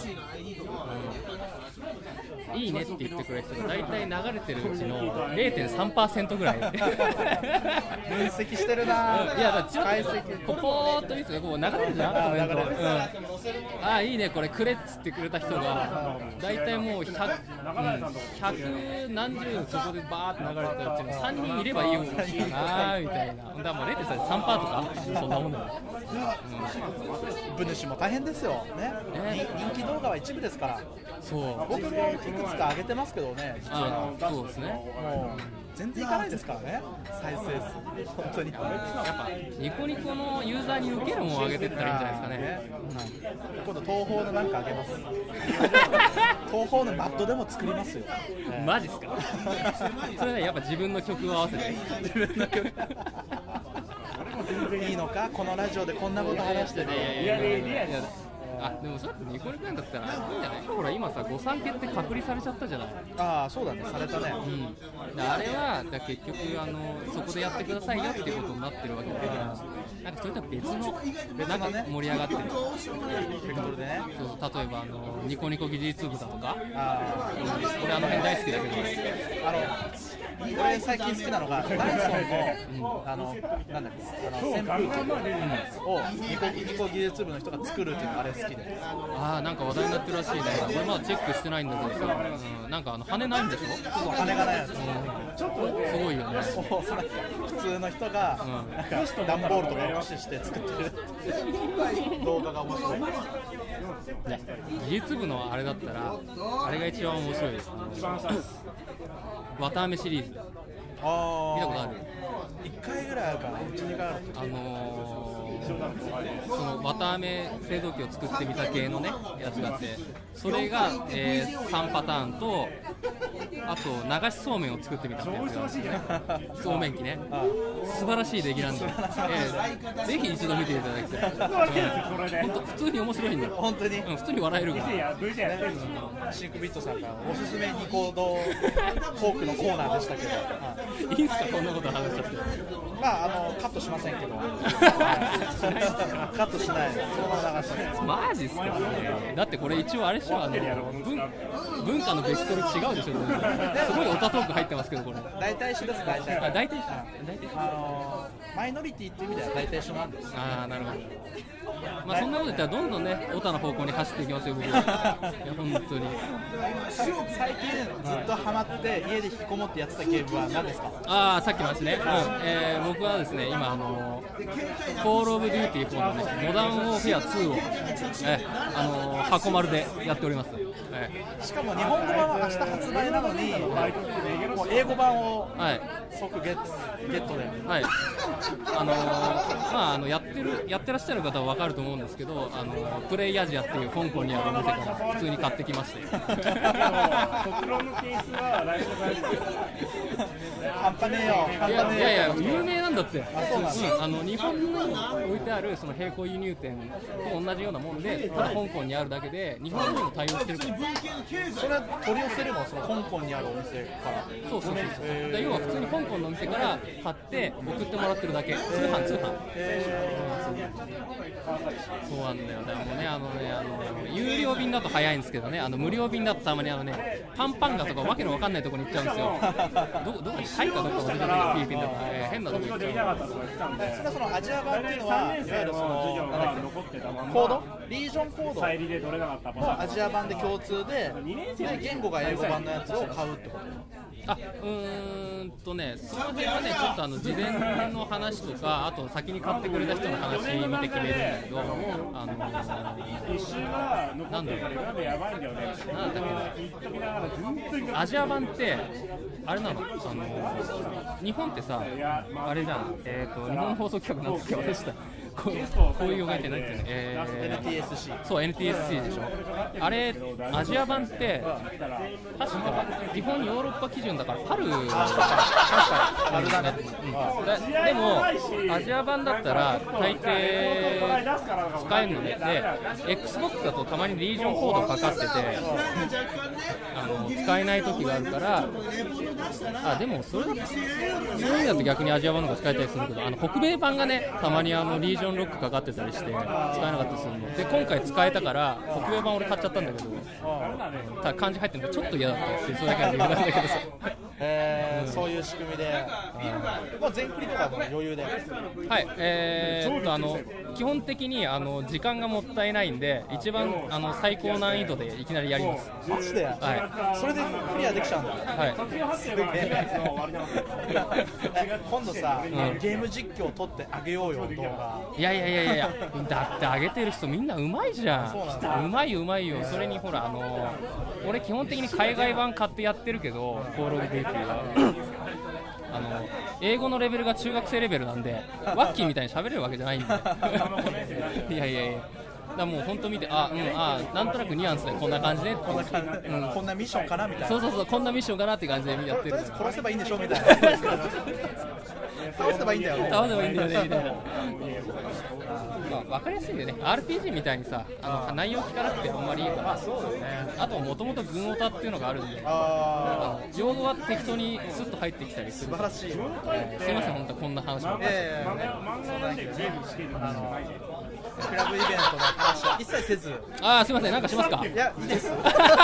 うん、いいねって言ってくれる人が大体流れてるうちの れいてんさんパーセント ぐらい分析してるな。 いや、だちょっとここーっと見てこう流れるじゃん、コメント、うん、ああいいねこれくれっつってくれた人が大体もうひゃく、ひゃくなんじゅうそこでバーって流れてるうちのさんにんいればいいよなーみたいな。だからもう れいてんさんパーセント とかそんなもんだよ、 うん、ブ主も大変ですよね、ね、人気動画は一部ですから。 そう僕もいくつか上げてますけどね、 あそうですね、 もう全然いかないですからね、再生数本当に。やっぱニコニコのユーザーに受けるものを上げていったらいいんじゃないですかね、 うん、今度東宝のなんか上げます東宝のマットでも作りますよ、 ね、マジっすかそれね、やっぱ自分の曲を合わせて自分の曲いいのか、このラジオでこんなこと話してて、 いやいやいやいや、あ、でもそうやってニコニコなんだったらいいんじゃない？ほら今さ、御三家って隔離されちゃったじゃない。 ああ、そうだね、されたね。 うん。あれはだ結局あのそこでやってくださいよっていうことになってるわけだから、なんかそれとは別のなんか盛り上がってる。 ベクトルでね。 そうそう、例えばあのニコニコ技術部だとか、あ俺あの辺大好きだけど、 あの俺最近好きなのがダイソンの、うん、あのなんだっけ、あの扇風機をニコニコ技術部の人が作るっていうのあれ好きで。 ああ、なんか話題になってるらしいね。俺まだチェックしてないんだけどさ、うん、なんかあの羽ないんでしょ？ そう、羽がないやつ。うん、 ちょっとすごいよね。 普通の人が、うん、なんか段ボールとか駆使して作ってる動画が面白い。 ね、技術部のあれだったらあれが一番面白いです。綿あめシリーズあ見たことある？ いっかいぐらいあるかな、いち、にかいある。 あのー、その綿あめ製造機を作ってみた系のねやつがあって、それが、えー、さんパターンと、あと流しそうめんを作ってみたってやつがあるんですよね。そうめん機ね、素晴らしい出来なんで、えー、ぜひ一度見ていただきたい。本当普通に面白いんだよ。 本当に、 うん、普通に笑えるから。 シンクビットさんからおすすめニコ動トークのコーナーでしたけど、 いいんすかこんなこと話しちゃって。 まああのカットしませんけど、カットしない、そのまま流して。 マジっすか。だってこれ一応あれでしょ、あの 文, 文化のベクトル違うでしょ。すごいオタトーク入ってますけど、これ大体一緒です。大体あ大体一緒。 あのマイノリティっていう意味では大体一緒なんです。 ああ、なるほど。まあそんなこと言ったらどんどんねオタの方向に走っていきますよ僕。いや本当に最近ずっとハマって家で引きこもってやってたゲームは何ですか？ ああ、さっきの話ね、うん、えー、僕はですね今あのコールオブデューティーフォーのねモダンウォーフェアツーを、えー、あの箱丸でやっております。えー、しかも日本語版は明日発売なのに、もう英語版を即ゲット、ゲットで、 はい、あのー、まああのやってるやってらっしゃる方は分かると思うんですけど、あのプレイアジアっていう香港にあるお店から普通に買ってきまして。 極論のケースは来週半端ねえよ。 いやいやいや有名なんだって。あの日本に置いてあるその並行輸入店と同じようなもんで、ただ香港にあるだけで日本にも対応してるから。 それは取り寄せればその香港にあるお店から。 そうそうそうそう。えー、要は普通に香港のお店から買って送ってもらってるだけ。通販通販。えー、そうなんだよ。だからもうねあのねあの有料便だと早いんですけどね、あの無料便だとたまにあのねパンパンガとかわけのわかんないところに行っちゃうんですよ。どこどこにタイかどこか忘れちゃったけどフィリピンだと、えー、変なとこ行っちゃう。 それはそのアジア版っていうのは、いわゆるそのコード、リージョンコードのアジア版で共通で、で言語が英語版のやつを買うってこと？ あ、うーんとね、その辺はね、ちょっとあの事前の話とか、あと先に買ってくれた人の話見て決めるんだけど、あのー、なんだろう、なんだっけな、アジア版って、あれなの、あのー、日本ってさ、あれじゃん、えーと、日本放送局なんだっけ、私した。こう、こういう業界って何ていうの、えー、 エヌティーエスシーそう エヌティーエスシー でしょ。あれアジア版って確か基本ヨーロッパ基準だからパルなんだね。でもアジア版だったら大抵使えるのね。で Xbox だとたまにリージョンコードかかっててあの使えない時があるから、あでもそれだとそういう意味だと逆にアジア版の方が使えたりするけど、あの北米版がねたまにあのリージョンロックかかってたりして使えなかったりするので、今回使えたから北米版俺買っちゃったんだけど、ただ漢字入ってるのがちょっと嫌だったっていうそれだけの理由なんだけどさ。 えーうん、そういう仕組みで、もう全クリとかも余裕で、はい、 えー、っとあの基本的にあの時間がもったいないんで、一番あの最高難易度でいきなりやります。 マジで、はい、それでクリアできちゃうんだ。はい、すげえ今度さ、うん、ゲーム実況撮ってあげようよ動画。 いやいやいやいや、だってあげてる人みんなうまいじゃん。そうなんだ。うまいうまいよ。それにほらあの俺基本的に海外版買ってやってるけど、コールオブデューティーはあの英語のレベルが中学生レベルなんで、ワッキーみたいに喋れるわけじゃないんで。いやいやいや。だもう本当見て、あ、うん、あ、なんとなくニュアンスでこんな感じで、 こんな感じ、うん、こんなミッションかなみたいな。 そうそうそう、こんなミッションかなって感じでやってる。 とりあえず殺せばいいんでしょみたいな。倒せばいいんだよね。 倒せばいいんだよねみたいな。まあ、分かりやすいんでね、アールピージー みたいにさ、あの内容聞かなくてあんまりいいから、あともともと軍オタっていうのがあるんで、あ用語は適当にスッと入ってきたりする。 素晴らしい。 えー、すいません、本当こんな話ばっかりして。 クラブイベントの話は一切せず。 ああ、すいません、なんかしますか。 いや、いいです。ね、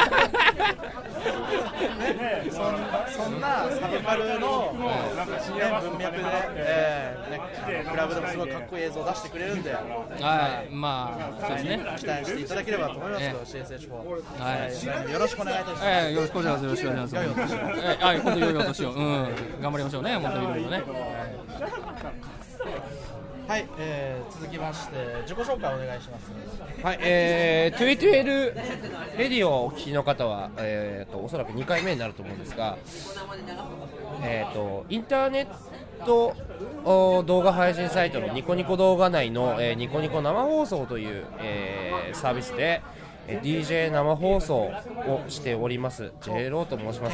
そん、そんなサブカルの、ね、文脈で、えーね、クラブでもすごいかっこいい映像を出してくれるんで、 はい、まあ、そうですね。 期待していただければと思いますけど、シーエスエイチフォー、はい、よろしくお願いいたします。 えー、よろしくお願いします。よろしくお願いします。えー、はい、本当に良いお年を、うん、頑張りましょうね、本当にいろいろね。 はい、えー、続きまして自己紹介お願いします。 はい、えー、トゥイトゥエルレディオをお聞きの方は、えー、とおそらくにかいめになると思うんですが、えー、とインターネット動画配信サイトのニコニコ動画内の、えー、ニコニコ生放送という、えー、サービスで、えー、ディージェー 生放送をしております ジェイロー と申します。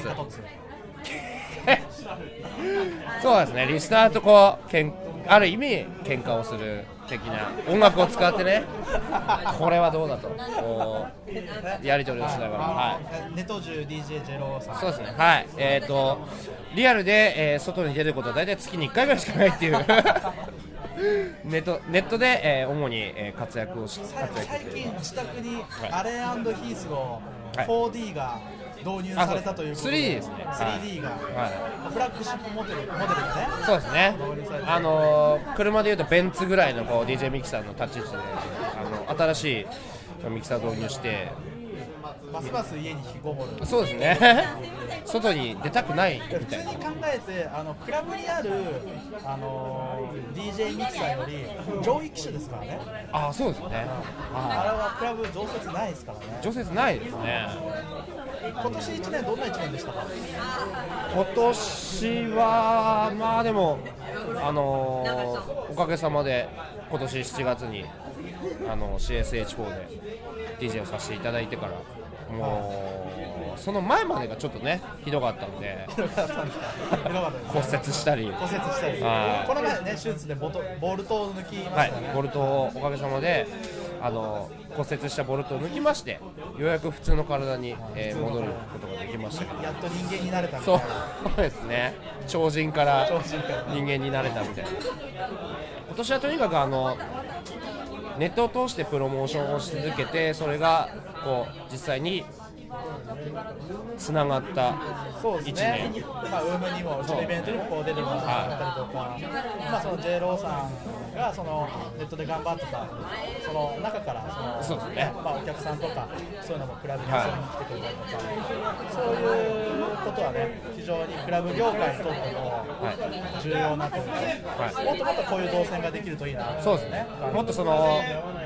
そうですね、リスナーとこうけんある意味喧嘩をする的な音楽を使ってねこれはどうだとこうやり取りをしながら、はい、 ネトジュ ディージェーゼロ さん、 そうですね、はい、えーとリアルで、えー、外に出ることは大体月にいっかいぐらいしかないっていうネット、ネットで、えー、主に、えー、活躍をし活躍最近自宅に、 はい、 アレン&ヒースの フォーディー が導入されたということで、 スリーディー ですね、 スリーディー が、はい、フラッグシップモデル、モデルがね、 そうですね、あのー、車でいうとベンツぐらいのこう ディージェー ミキサーの立ち位置であの新しいミキサー導入してますます家に引きこもる。 そうですね外に出たくないみたいな。 普通に考えてあのクラブにある、あのー、ディージェー ミキサーより上位機種ですからね。 ああ、そうですね、 あれはクラブ常設ないですからね。 常設ないですね。 今年いちねんどんないちねんでしたか。 今年はまあでも、あのー、おかげさまで今年しちがつにあの シーエスエイチフォー で ディージェー をさせていただいてから、もうその前までがちょっとねひどかったんでひどかったんですか。ひどかったですね。 骨折したり骨折したり、この前ね手術でボトボルトを抜きましたね。 はい、ボルトをおかげさまであの骨折したボルトを抜きまして、ようやく普通の体に、えー、戻ることができましたけど、 やっと人間になれたみたいな。 そうですね、超人から人間になれたみたいな。今年はとにかくあのネットを通してプロモーションをし続けて、それがこう実際につながったいちねん。 まあ、ウームにもうちのイベントにもこう出てもらったりとか、まあ、その ジェイロー さんがそのネットで頑張ってたその中からそのそうですね、 まあ、お客さんとかそういうのもクラブに遊びに来てくれたりとか、そういうことはね非常にクラブ業界にとっても重要なというか、はい、もっともっとこういう動線ができるといいな。 そうですね、もっとその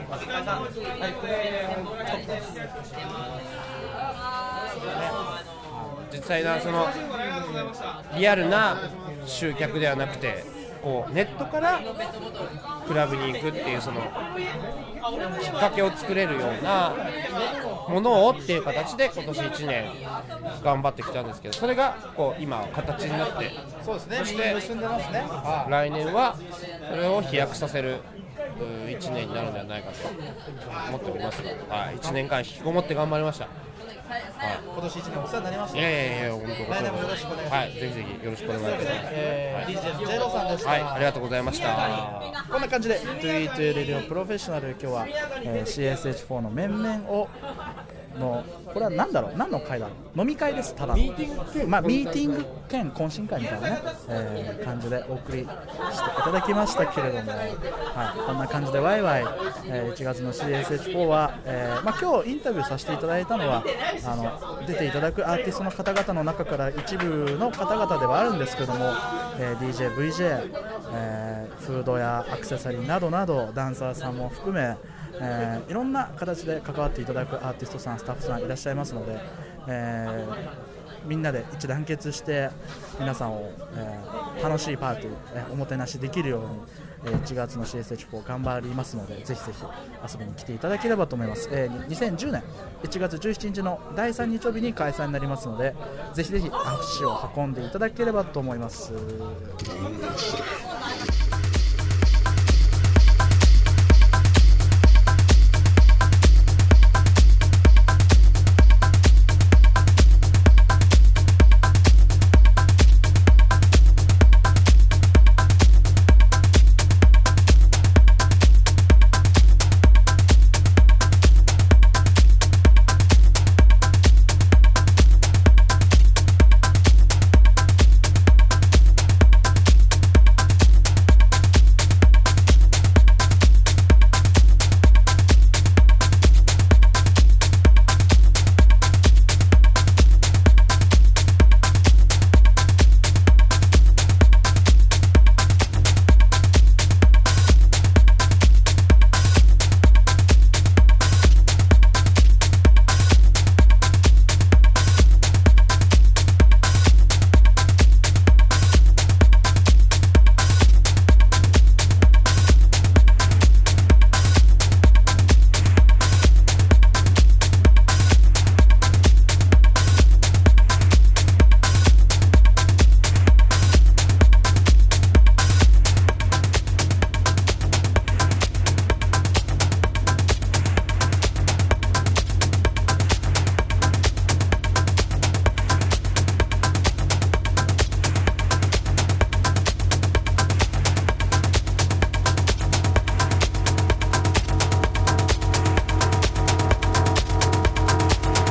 実際なそのリアルな集客ではなくて、こうネットからクラブに行くっていうそのきっかけを作れるようなものをっていう形で今年いちねん頑張ってきたんですけど、それがこう今形になって、 そうですね、 そして結んでますね。 来年はそれを飛躍させるいちねんになるのではないかと思っておりますが、はい、いちねんかん引きこもって頑張りました。 はい、今年いちねんお世話になりました。 いやいやいや、本当来年もよろしくお願いします。 はい、ぜひぜひよろしくお願いします。 えー、ディージェー ジェイローさんでした。 はい、ありがとうございました。 こんな感じで トゥイトゥエレディオプロフェッショナル、今日は、えー、シーエスエイチフォー の面々をのこれは何だろう、何の会だろう、飲み会です。ただミーティング兼、まあ、ミーティング兼懇親会みたいなね、えー、感じでお送りしていただきましたけれども、はい、こんな感じでワイワイ、えー、いちがつの シーエスエイチフォー は、えーまあ、今日インタビューさせていただいたのはあの出ていただくアーティストの方々の中から一部の方々ではあるんですけども、えー、ディージェー、ブイジェー、えー、フードやアクセサリーなどなどダンサーさんも含め、えー、いろんな形で関わっていただくアーティストさん、スタッフさんいらっしゃいますので、えー、みんなで一致団結して皆さんを、えー、楽しいパーティー、えー、おもてなしできるように、えー、いちがつの シーエスエイチフォー 頑張りますので、ぜひぜひ遊びに来ていただければと思います。えー、にせんじゅうねんいちがつじゅうしちにちのだいさん日曜日に開催になりますので、ぜひぜひ足を運んでいただければと思います。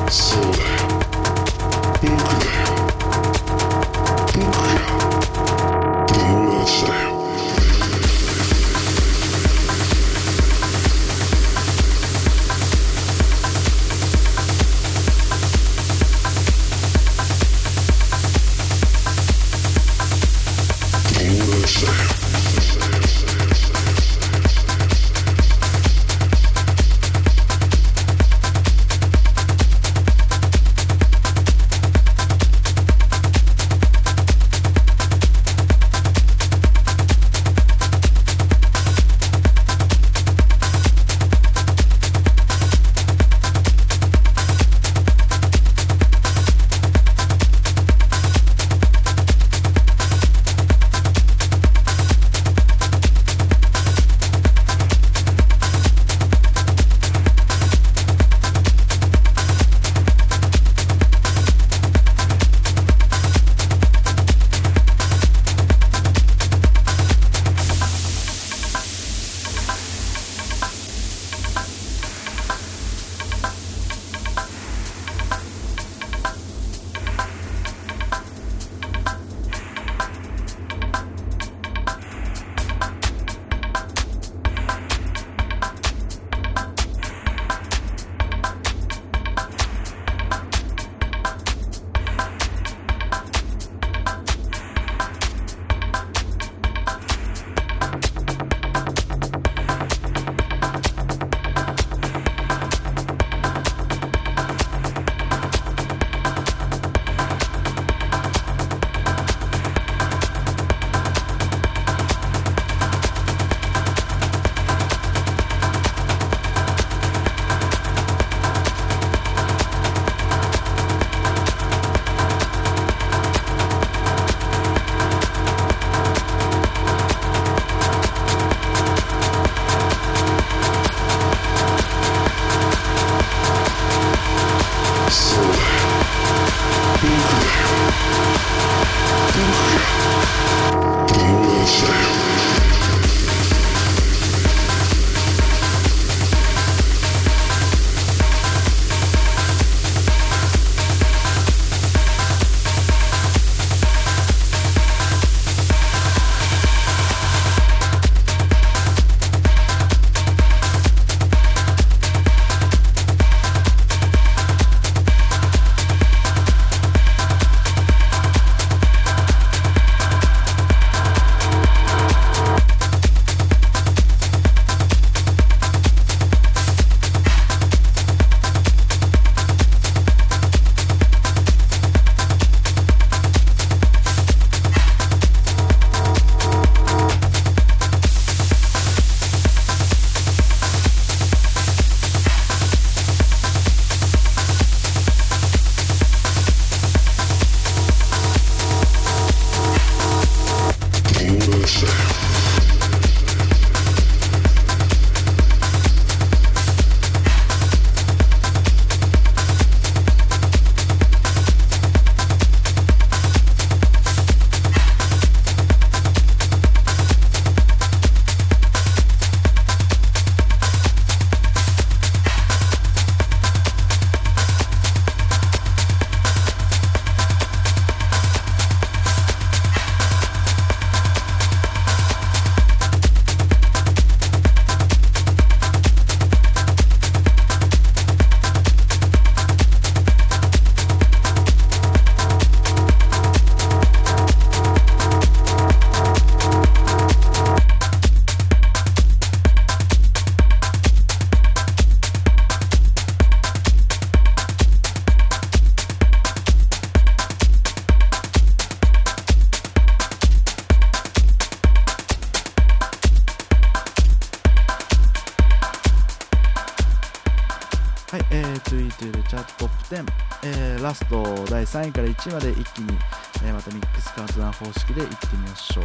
はい、えー、トゥイトゥルチャートトップテン、えー、ラストだいさんいからいちいまで一気に、えー、またミックスカウントダウン方式でいってみましょう。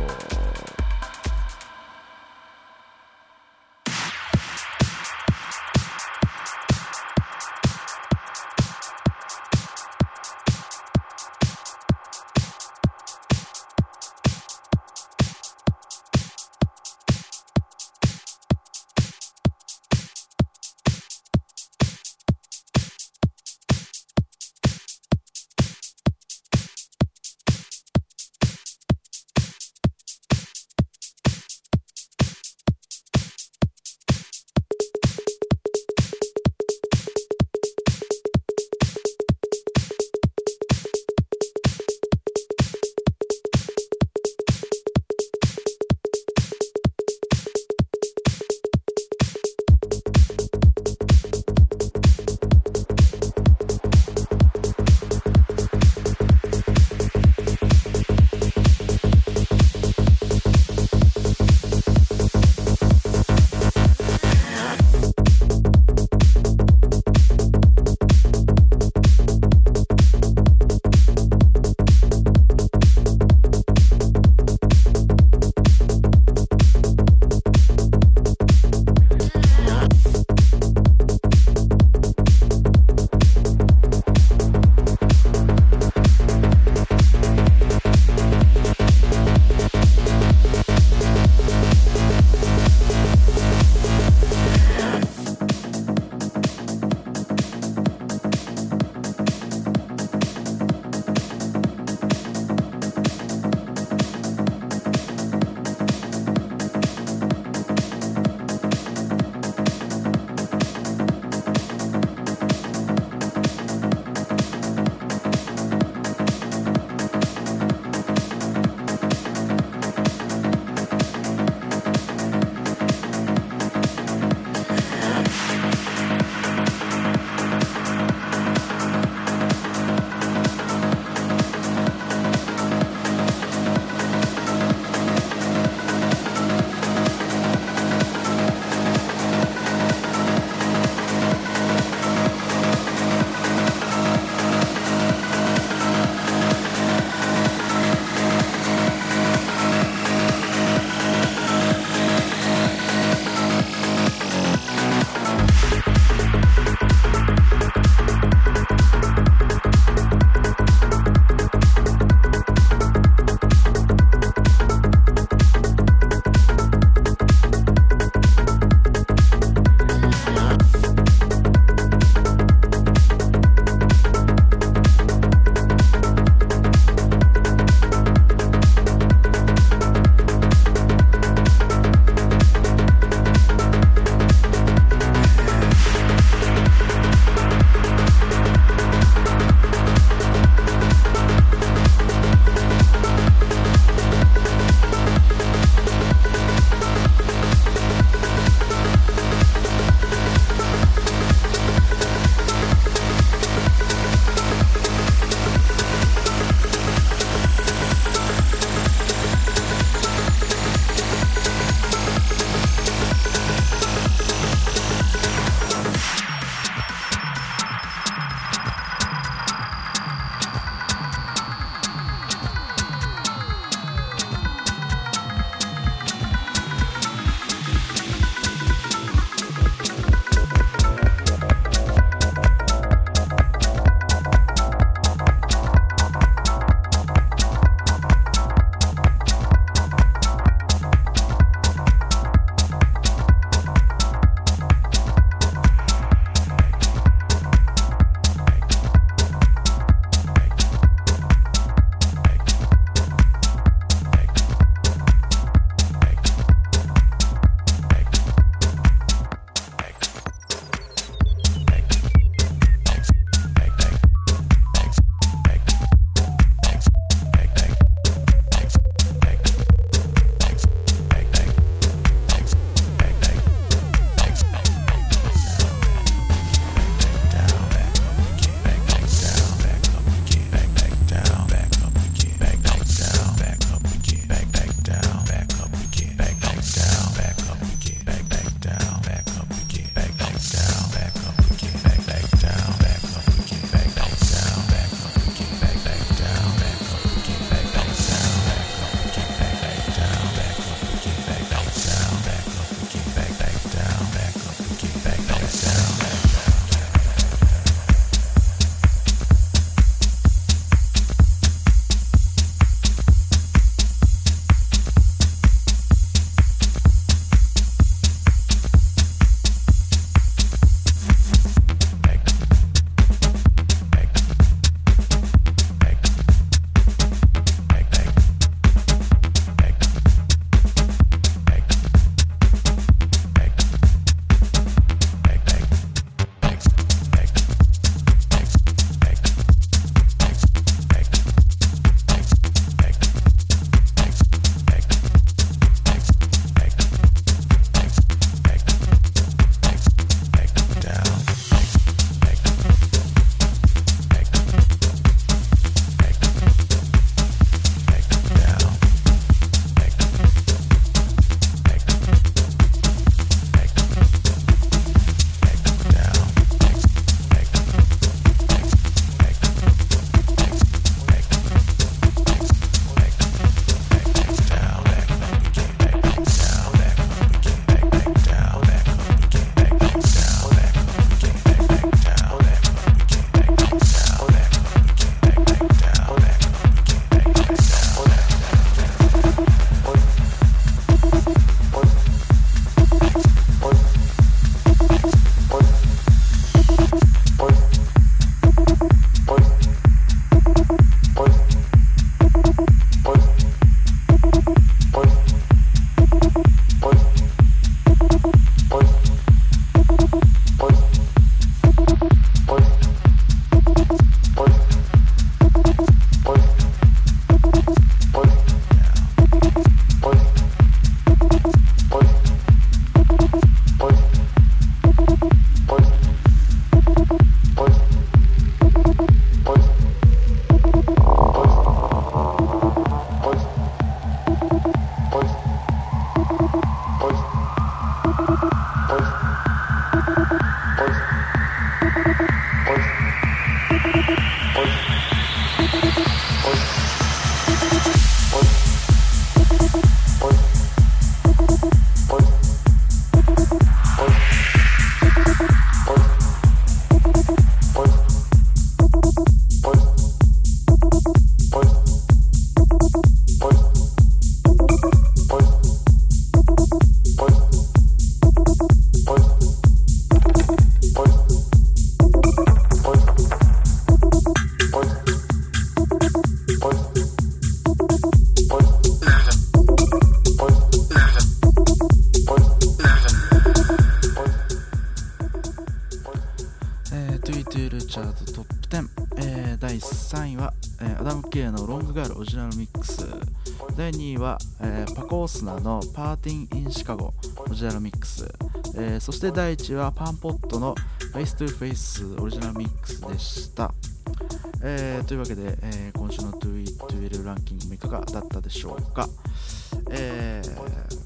イトゥエルチャートトップテン、えー、だいさんいは、えー、アダム・ケイのロングガールオリジナルミックス、だいにいは、えー、パコースナのパーティン・イン・シカゴオリジナルミックス、えー、そしてだいいちいはパンポットのフェイストゥフェイスオリジナルミックスでした。えー、というわけで、えー、今週のトゥイトゥエルランキングもいかがだったでしょうか。えー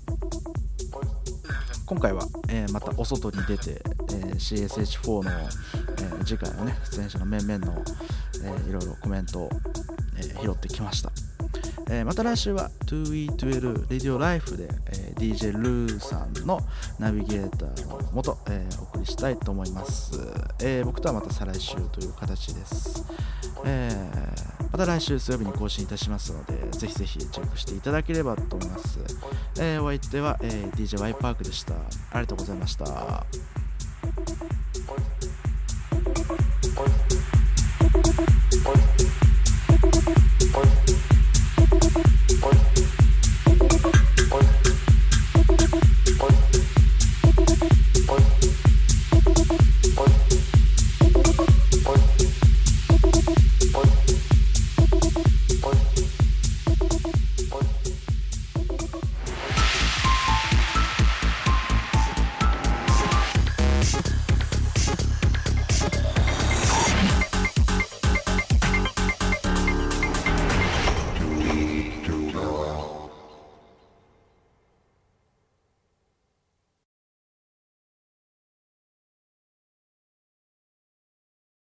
今回は、えー、またお外に出て、えー、シーエスエイチフォー の、えー、次回のね出演者の面々の、えー、いろいろコメントを、えー、拾ってきました。えー、また来週は トゥイトゥエル Radio Life で、えー、ディージェー ルーさんのナビゲーターのもと、えー、お送りしたいと思います。えー、僕とはまた再来週という形です。えー、また来週水曜日に更新いたしますので、ぜひぜひチェックしていただければと思います。えー、お相手は、えー、ディージェー ワイパークでした。ありがとうございました。